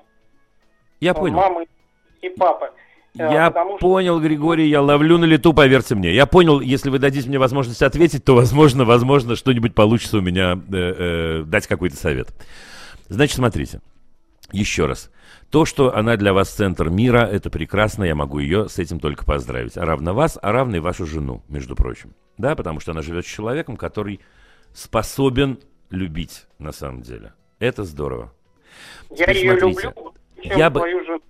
мамы и папы. Я понял, Григорий, я ловлю на лету, поверьте мне. Я понял, если вы дадите мне возможность ответить, то, возможно, что-нибудь получится у меня дать какой-то совет. Значит, смотрите, еще раз. То, что она для вас центр мира, это прекрасно, я могу ее с этим только поздравить. А равно вас, а равно и вашу жену, между прочим. Да, потому что она живет с человеком, который способен любить, на самом деле. Это здорово. Я ее люблю, чем свою жену.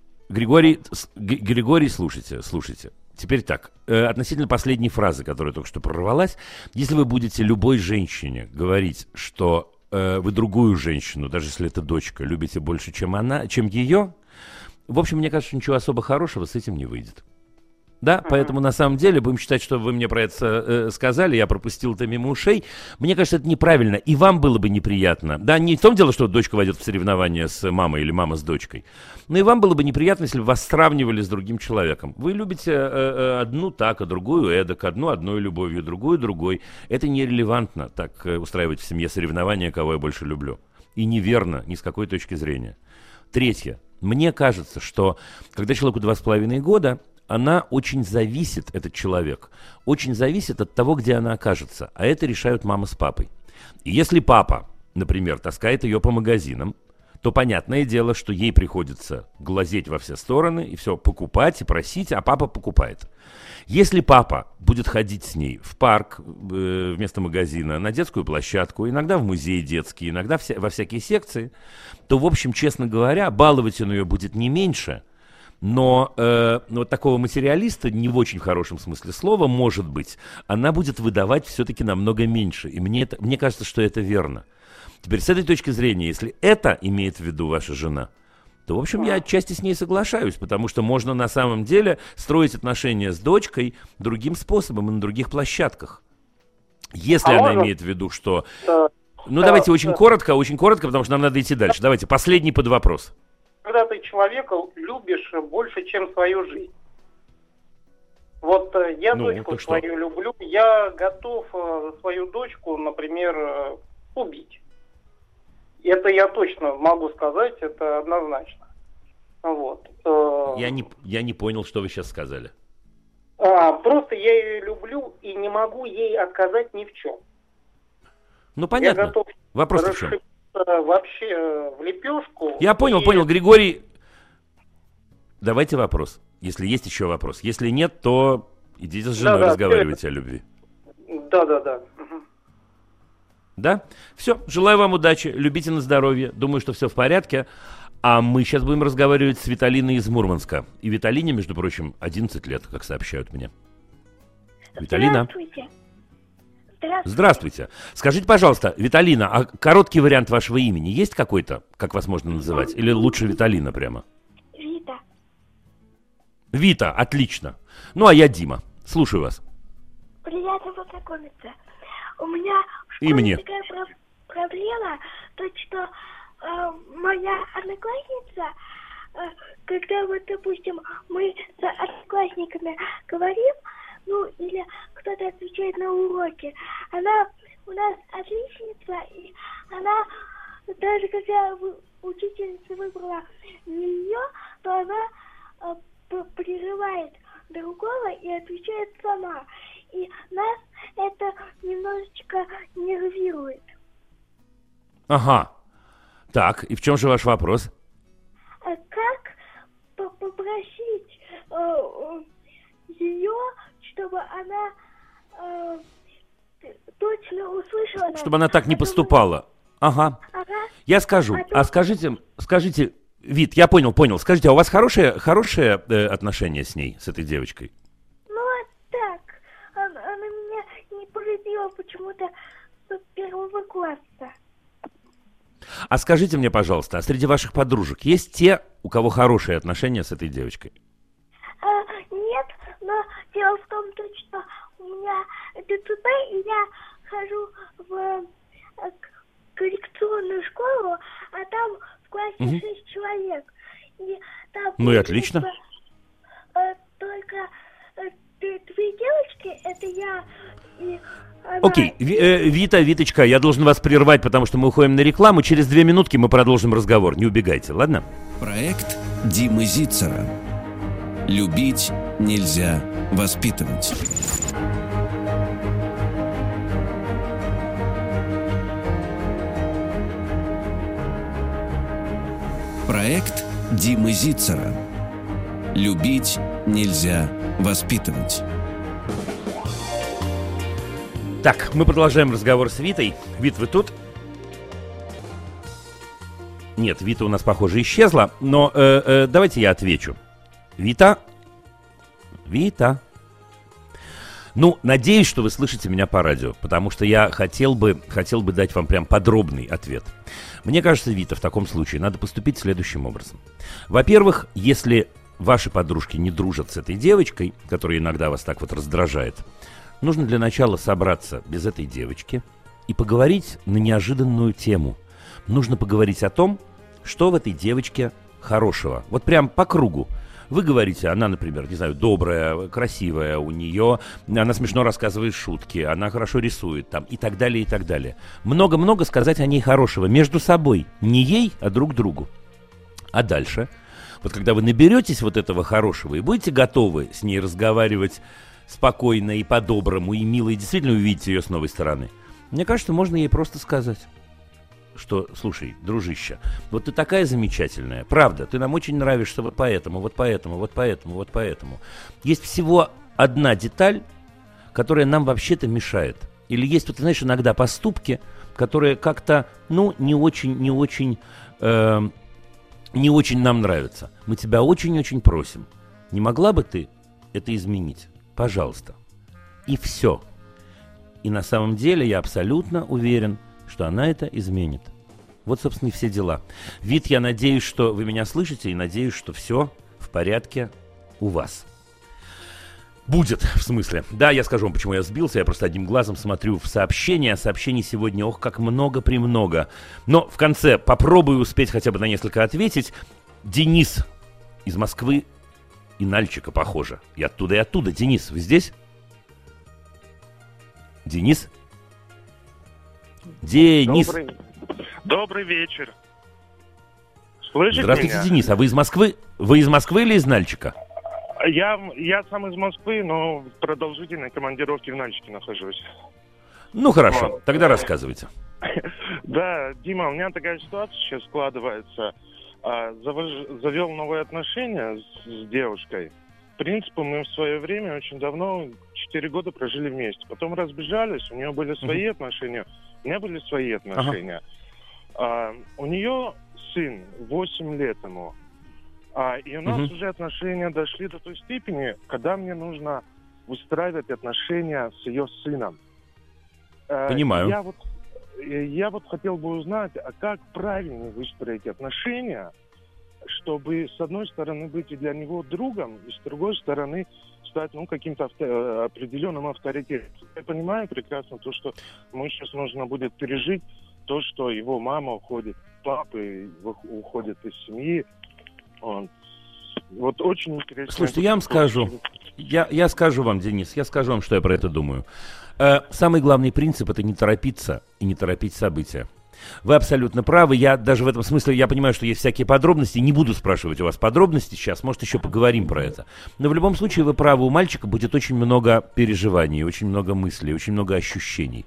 Григорий, слушайте. Теперь так, относительно последней фразы, которая только что прорвалась, если вы будете любой женщине говорить, что вы другую женщину, даже если это дочка, любите больше, чем ее, в общем, мне кажется, ничего особо хорошего с этим не выйдет. Да, поэтому на самом деле, будем считать, что вы мне про это сказали, я пропустил это мимо ушей. Мне кажется, это неправильно, и вам было бы неприятно. Да, не в том дело, что дочка войдет в соревнования с мамой или мама с дочкой, но и вам было бы неприятно, если бы вас сравнивали с другим человеком. Вы любите одну так, а другую эдак, одну одной любовью, другую другой. Это нерелевантно, так устраивать в семье соревнования, кого я больше люблю. И неверно ни с какой точки зрения. Третье. Мне кажется, что когда человеку 2,5 года, она очень зависит, этот человек, очень зависит от того, где она окажется. А это решают мама с папой. И если папа, например, таскает ее по магазинам, то понятное дело, что ей приходится глазеть во все стороны и все покупать и просить, а папа покупает. Если папа будет ходить с ней в парк вместо магазина, на детскую площадку, иногда в музей детский, иногда во всякие секции, то, в общем, честно говоря, баловать он ее будет не меньше. Но вот такого материалиста, не в очень хорошем смысле слова, может быть, она будет выдавать все-таки намного меньше. И мне кажется, что это верно. Теперь, с этой точки зрения, если это имеет в виду ваша жена, то, в общем, я отчасти с ней соглашаюсь, потому что можно на самом деле строить отношения с дочкой другим способом и на других площадках. Если она имеет в виду, что... давайте очень коротко, потому что нам надо идти дальше. Давайте, последний под вопрос. Когда ты человека любишь больше, чем свою жизнь. Вот я дочку свою люблю, я готов свою дочку, например, убить. Это я точно могу сказать, это однозначно. Вот. Я не понял, что вы сейчас сказали. Просто я ее люблю и не могу ей отказать ни в чем. Ну, понятно. Я готов вопрос в чем? Вообще в лепешку. Я понял, Григорий. Давайте вопрос. Если есть еще вопрос. Если нет, то идите с женой, разговаривайте о любви. Да. Да? Все, желаю вам удачи, любите на здоровье. Думаю, что все в порядке. А мы сейчас будем разговаривать с Виталиной из Мурманска. И Виталине, между прочим, 11 лет, как сообщают мне. Виталина. Здравствуйте. Скажите, пожалуйста, Виталина, а короткий вариант вашего имени есть какой-то, как вас можно называть? Или лучше Виталина прямо? Вита. Вита, отлично. Ну, а я Дима. Слушаю вас. Приятно познакомиться. У меня в школе такая проблема, то что моя одноклассница, когда вот, допустим, мы с одноклассниками говорим, ну, или кто-то отвечает на уроки, она у нас отличница, и она, даже когда учительница выбрала ее, то она прерывает другого и отвечает сама. И нас это немножечко нервирует. Ага. Так, и в чем же ваш вопрос? Как попросить ее, чтобы она точно услышала... Чтобы она так не поступала. Ага. Я скажу. А скажите, Вит, я понял. Скажите, а у вас хорошие отношения с ней, с этой девочкой? Ну, так. Она меня не полюбила почему-то с первого класса. А скажите мне, пожалуйста, а среди ваших подружек есть те, у кого хорошие отношения с этой девочкой? Нет, но дело в том, что у меня ДЦП, и я хожу в коррекционную школу, а там в классе 6 человек. И там ну и отлично. Только 2 девочки, это я и Окей, Виточка, я должен вас прервать, потому что мы уходим на рекламу. Через 2 минутки мы продолжим разговор. Не убегайте, ладно? Проект Димы Зицера. Любить нельзя воспитывать. Проект Димы Зицера. Любить нельзя воспитывать. Так, мы продолжаем разговор с Витой. Вит, вы тут? Нет, Вита у нас, похоже, исчезла. Но давайте я отвечу. Вита? Вита? Ну, надеюсь, что вы слышите меня по радио, потому что я хотел бы дать вам прям подробный ответ. Мне кажется, Вита, в таком случае надо поступить следующим образом. Во-первых, если ваши подружки не дружат с этой девочкой, которая иногда вас так вот раздражает, нужно для начала собраться без этой девочки и поговорить на неожиданную тему. Нужно поговорить о том, что в этой девочке хорошего. Вот прям по кругу. Вы говорите, она, например, не знаю, добрая, красивая, у нее, она смешно рассказывает шутки, она хорошо рисует там и так далее, и так далее. Много-много сказать о ней хорошего между собой. Не ей, а друг другу. А дальше, вот когда вы наберетесь вот этого хорошего и будете готовы с ней разговаривать спокойно и по-доброму, и мило, и действительно увидите ее с новой стороны, мне кажется, можно ей просто сказать, что, слушай, дружище, вот ты такая замечательная, правда, ты нам очень нравишься вот поэтому, вот поэтому, вот поэтому, вот поэтому. Есть всего одна деталь, которая нам вообще-то мешает. Или есть, вот, знаешь, иногда поступки, которые как-то, ну, не очень нам нравятся. Мы тебя очень-очень просим. Не могла бы ты это изменить? Пожалуйста. И все. И на самом деле я абсолютно уверен, что она это изменит. Вот, собственно, и все дела. Вит, я надеюсь, что вы меня слышите, и надеюсь, что все в порядке у вас. Будет, в смысле. Да, я скажу вам, почему я сбился. Я просто одним глазом смотрю в сообщения. Сообщений сегодня, ох, как много-премного. Но в конце попробую успеть хотя бы на несколько ответить. Денис из Москвы и Нальчика, похоже. И оттуда. Денис, вы здесь? Денис? Денис. Добрый вечер. Слышите Здравствуйте, меня? Денис. А вы из Москвы? Вы из Москвы или из Нальчика? Я сам из Москвы, но в продолжительной командировке в Нальчике нахожусь. Ну хорошо, тогда рассказывайте. Да, Дима, у меня такая ситуация сейчас складывается. Завел новые отношения с девушкой. В принципе, мы в свое время очень давно, 4 года прожили вместе. Потом разбежались, у нее были свои отношения, у меня были свои отношения. У нее сын, 8 лет ему. И у нас уже отношения дошли до той степени, когда мне нужно выстраивать отношения с ее сыном. Понимаю. Я вот хотел бы узнать, а как правильно выстроить отношения, чтобы с одной стороны быть и для него другом, и с другой стороны стать, каким-то определенным авторитетом. Я понимаю прекрасно то, что ему сейчас нужно будет пережить то, что его мама уходит, папа уходит из семьи. Вот очень интересно. Слушайте, я вам скажу. Я скажу вам, Денис, я скажу вам, что я про это думаю. Самый главный принцип – это не торопиться и не торопить события. Вы абсолютно правы. Я даже в этом смысле, я понимаю, что есть всякие подробности. Не буду спрашивать у вас подробности сейчас. Может, еще поговорим про это. Но в любом случае, вы правы. У мальчика будет очень много переживаний, очень много мыслей, очень много ощущений.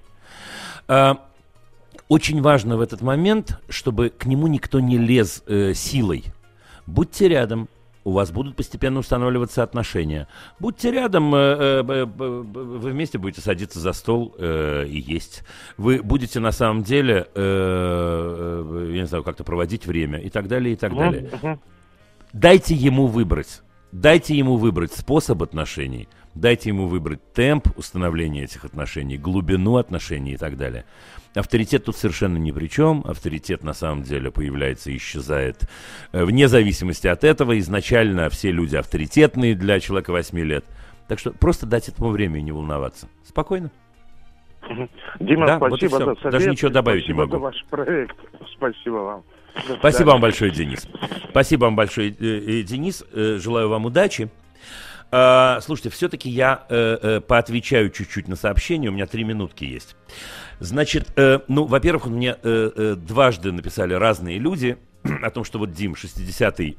Очень важно в этот момент, чтобы к нему никто не лез силой. Будьте рядом. У вас будут постепенно устанавливаться отношения. Будьте рядом, вы вместе будете садиться за стол и есть. Вы будете на самом деле, я не знаю, как-то проводить время и так далее, и так далее. Дайте ему выбрать. Дайте ему выбрать способ отношений. Дайте ему выбрать темп установления этих отношений, глубину отношений и так далее. Авторитет тут совершенно ни при чем. Авторитет на самом деле появляется и исчезает вне зависимости от этого. Изначально все люди авторитетные для человека 8 лет. Так что просто дать этому время и не волноваться. Спокойно. Дима, да, спасибо вот за совет. Даже ничего добавить не могу. Спасибо за ваш проект. Спасибо вам. Спасибо вам большое, Денис. Спасибо вам большое, Денис. Желаю вам удачи. Слушайте, все-таки я поотвечаю чуть-чуть на сообщение, у меня 3 минутки есть. Значит, во-первых, мне дважды написали разные люди о том, что вот, Дим, 60-й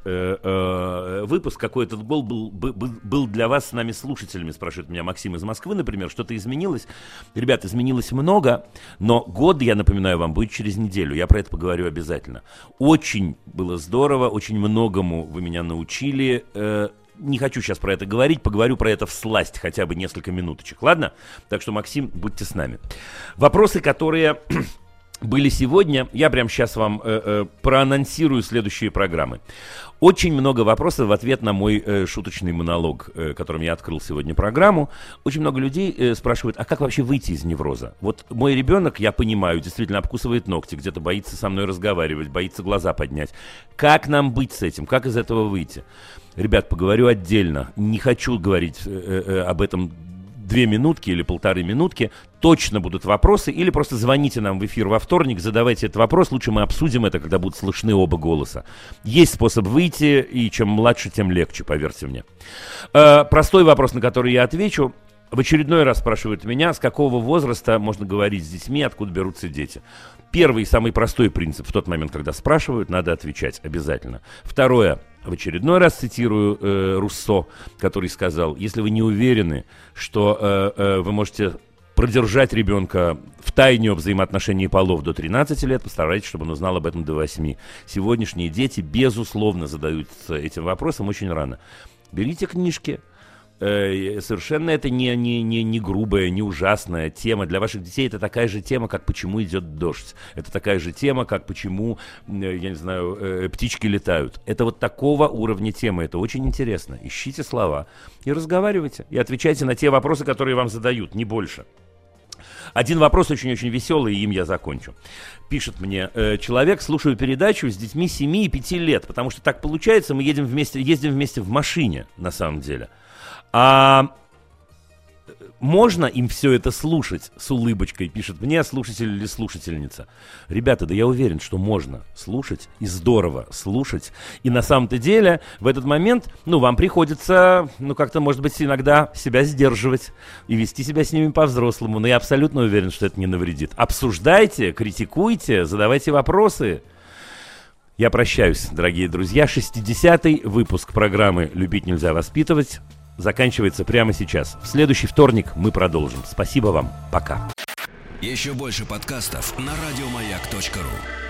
выпуск, какой этот гол был для вас с нами слушателями, спрашивает меня Максим из Москвы, например, что-то изменилось? Ребят, изменилось много, но год, я напоминаю вам, будет через неделю, я про это поговорю обязательно. Очень было здорово, очень многому вы меня научили. Не хочу сейчас про это говорить, поговорю про это всласть хотя бы несколько минуточек, ладно? Так что, Максим, будьте с нами. Вопросы, которые были сегодня, я прямо сейчас вам проанонсирую следующие программы. Очень много вопросов в ответ на мой шуточный монолог, которым я открыл сегодня программу. Очень много людей спрашивают, а как вообще выйти из невроза? Вот мой ребенок, я понимаю, действительно обкусывает ногти, где-то боится со мной разговаривать, боится глаза поднять. Как нам быть с этим? Как из этого выйти? Ребят, поговорю отдельно. Не хочу говорить об этом 2 минутки или 1,5 минутки. Точно будут вопросы. Или просто звоните нам в эфир во вторник, задавайте этот вопрос. Лучше мы обсудим это, когда будут слышны оба голоса. Есть способ выйти, и чем младше, тем легче, поверьте мне. Простой вопрос, на который я отвечу. В очередной раз спрашивают меня, с какого возраста можно говорить с детьми, откуда берутся дети. Первый, самый простой принцип: в тот момент, когда спрашивают, надо отвечать обязательно. Второе, в очередной раз цитирую Руссо, который сказал: если вы не уверены, что вы можете продержать ребенка в тайне о взаимоотношении полов до 13 лет, постарайтесь, чтобы он узнал об этом до 8. Сегодняшние дети, безусловно, задаются этим вопросом очень рано. Берите книжки. Совершенно это не грубая, не ужасная тема. Для ваших детей это такая же тема, как почему идет дождь. Это такая же тема, как почему, я не знаю, птички летают. Это вот такого уровня темы. Это очень интересно. Ищите слова и разговаривайте. И отвечайте на те вопросы, которые вам задают, не больше. Один вопрос очень-очень веселый, и им я закончу. Пишет мне человек: слушаю передачу с детьми 7 и 5 лет, потому что так получается, мы ездим вместе в машине, на самом деле. А можно им все это слушать? С улыбочкой пишет мне слушатель или слушательница. Ребята, да я уверен, что можно слушать, и здорово слушать. И на самом-то деле в этот момент, вам приходится, как-то, может быть, иногда себя сдерживать и вести себя с ними по-взрослому. Но я абсолютно уверен, что это не навредит. Обсуждайте, критикуйте, задавайте вопросы. Я прощаюсь, дорогие друзья. 60-й выпуск программы «Любить нельзя воспитывать» заканчивается прямо сейчас. В следующий вторник мы продолжим. Спасибо вам. Пока. Еще больше подкастов на радиомаяк.ру.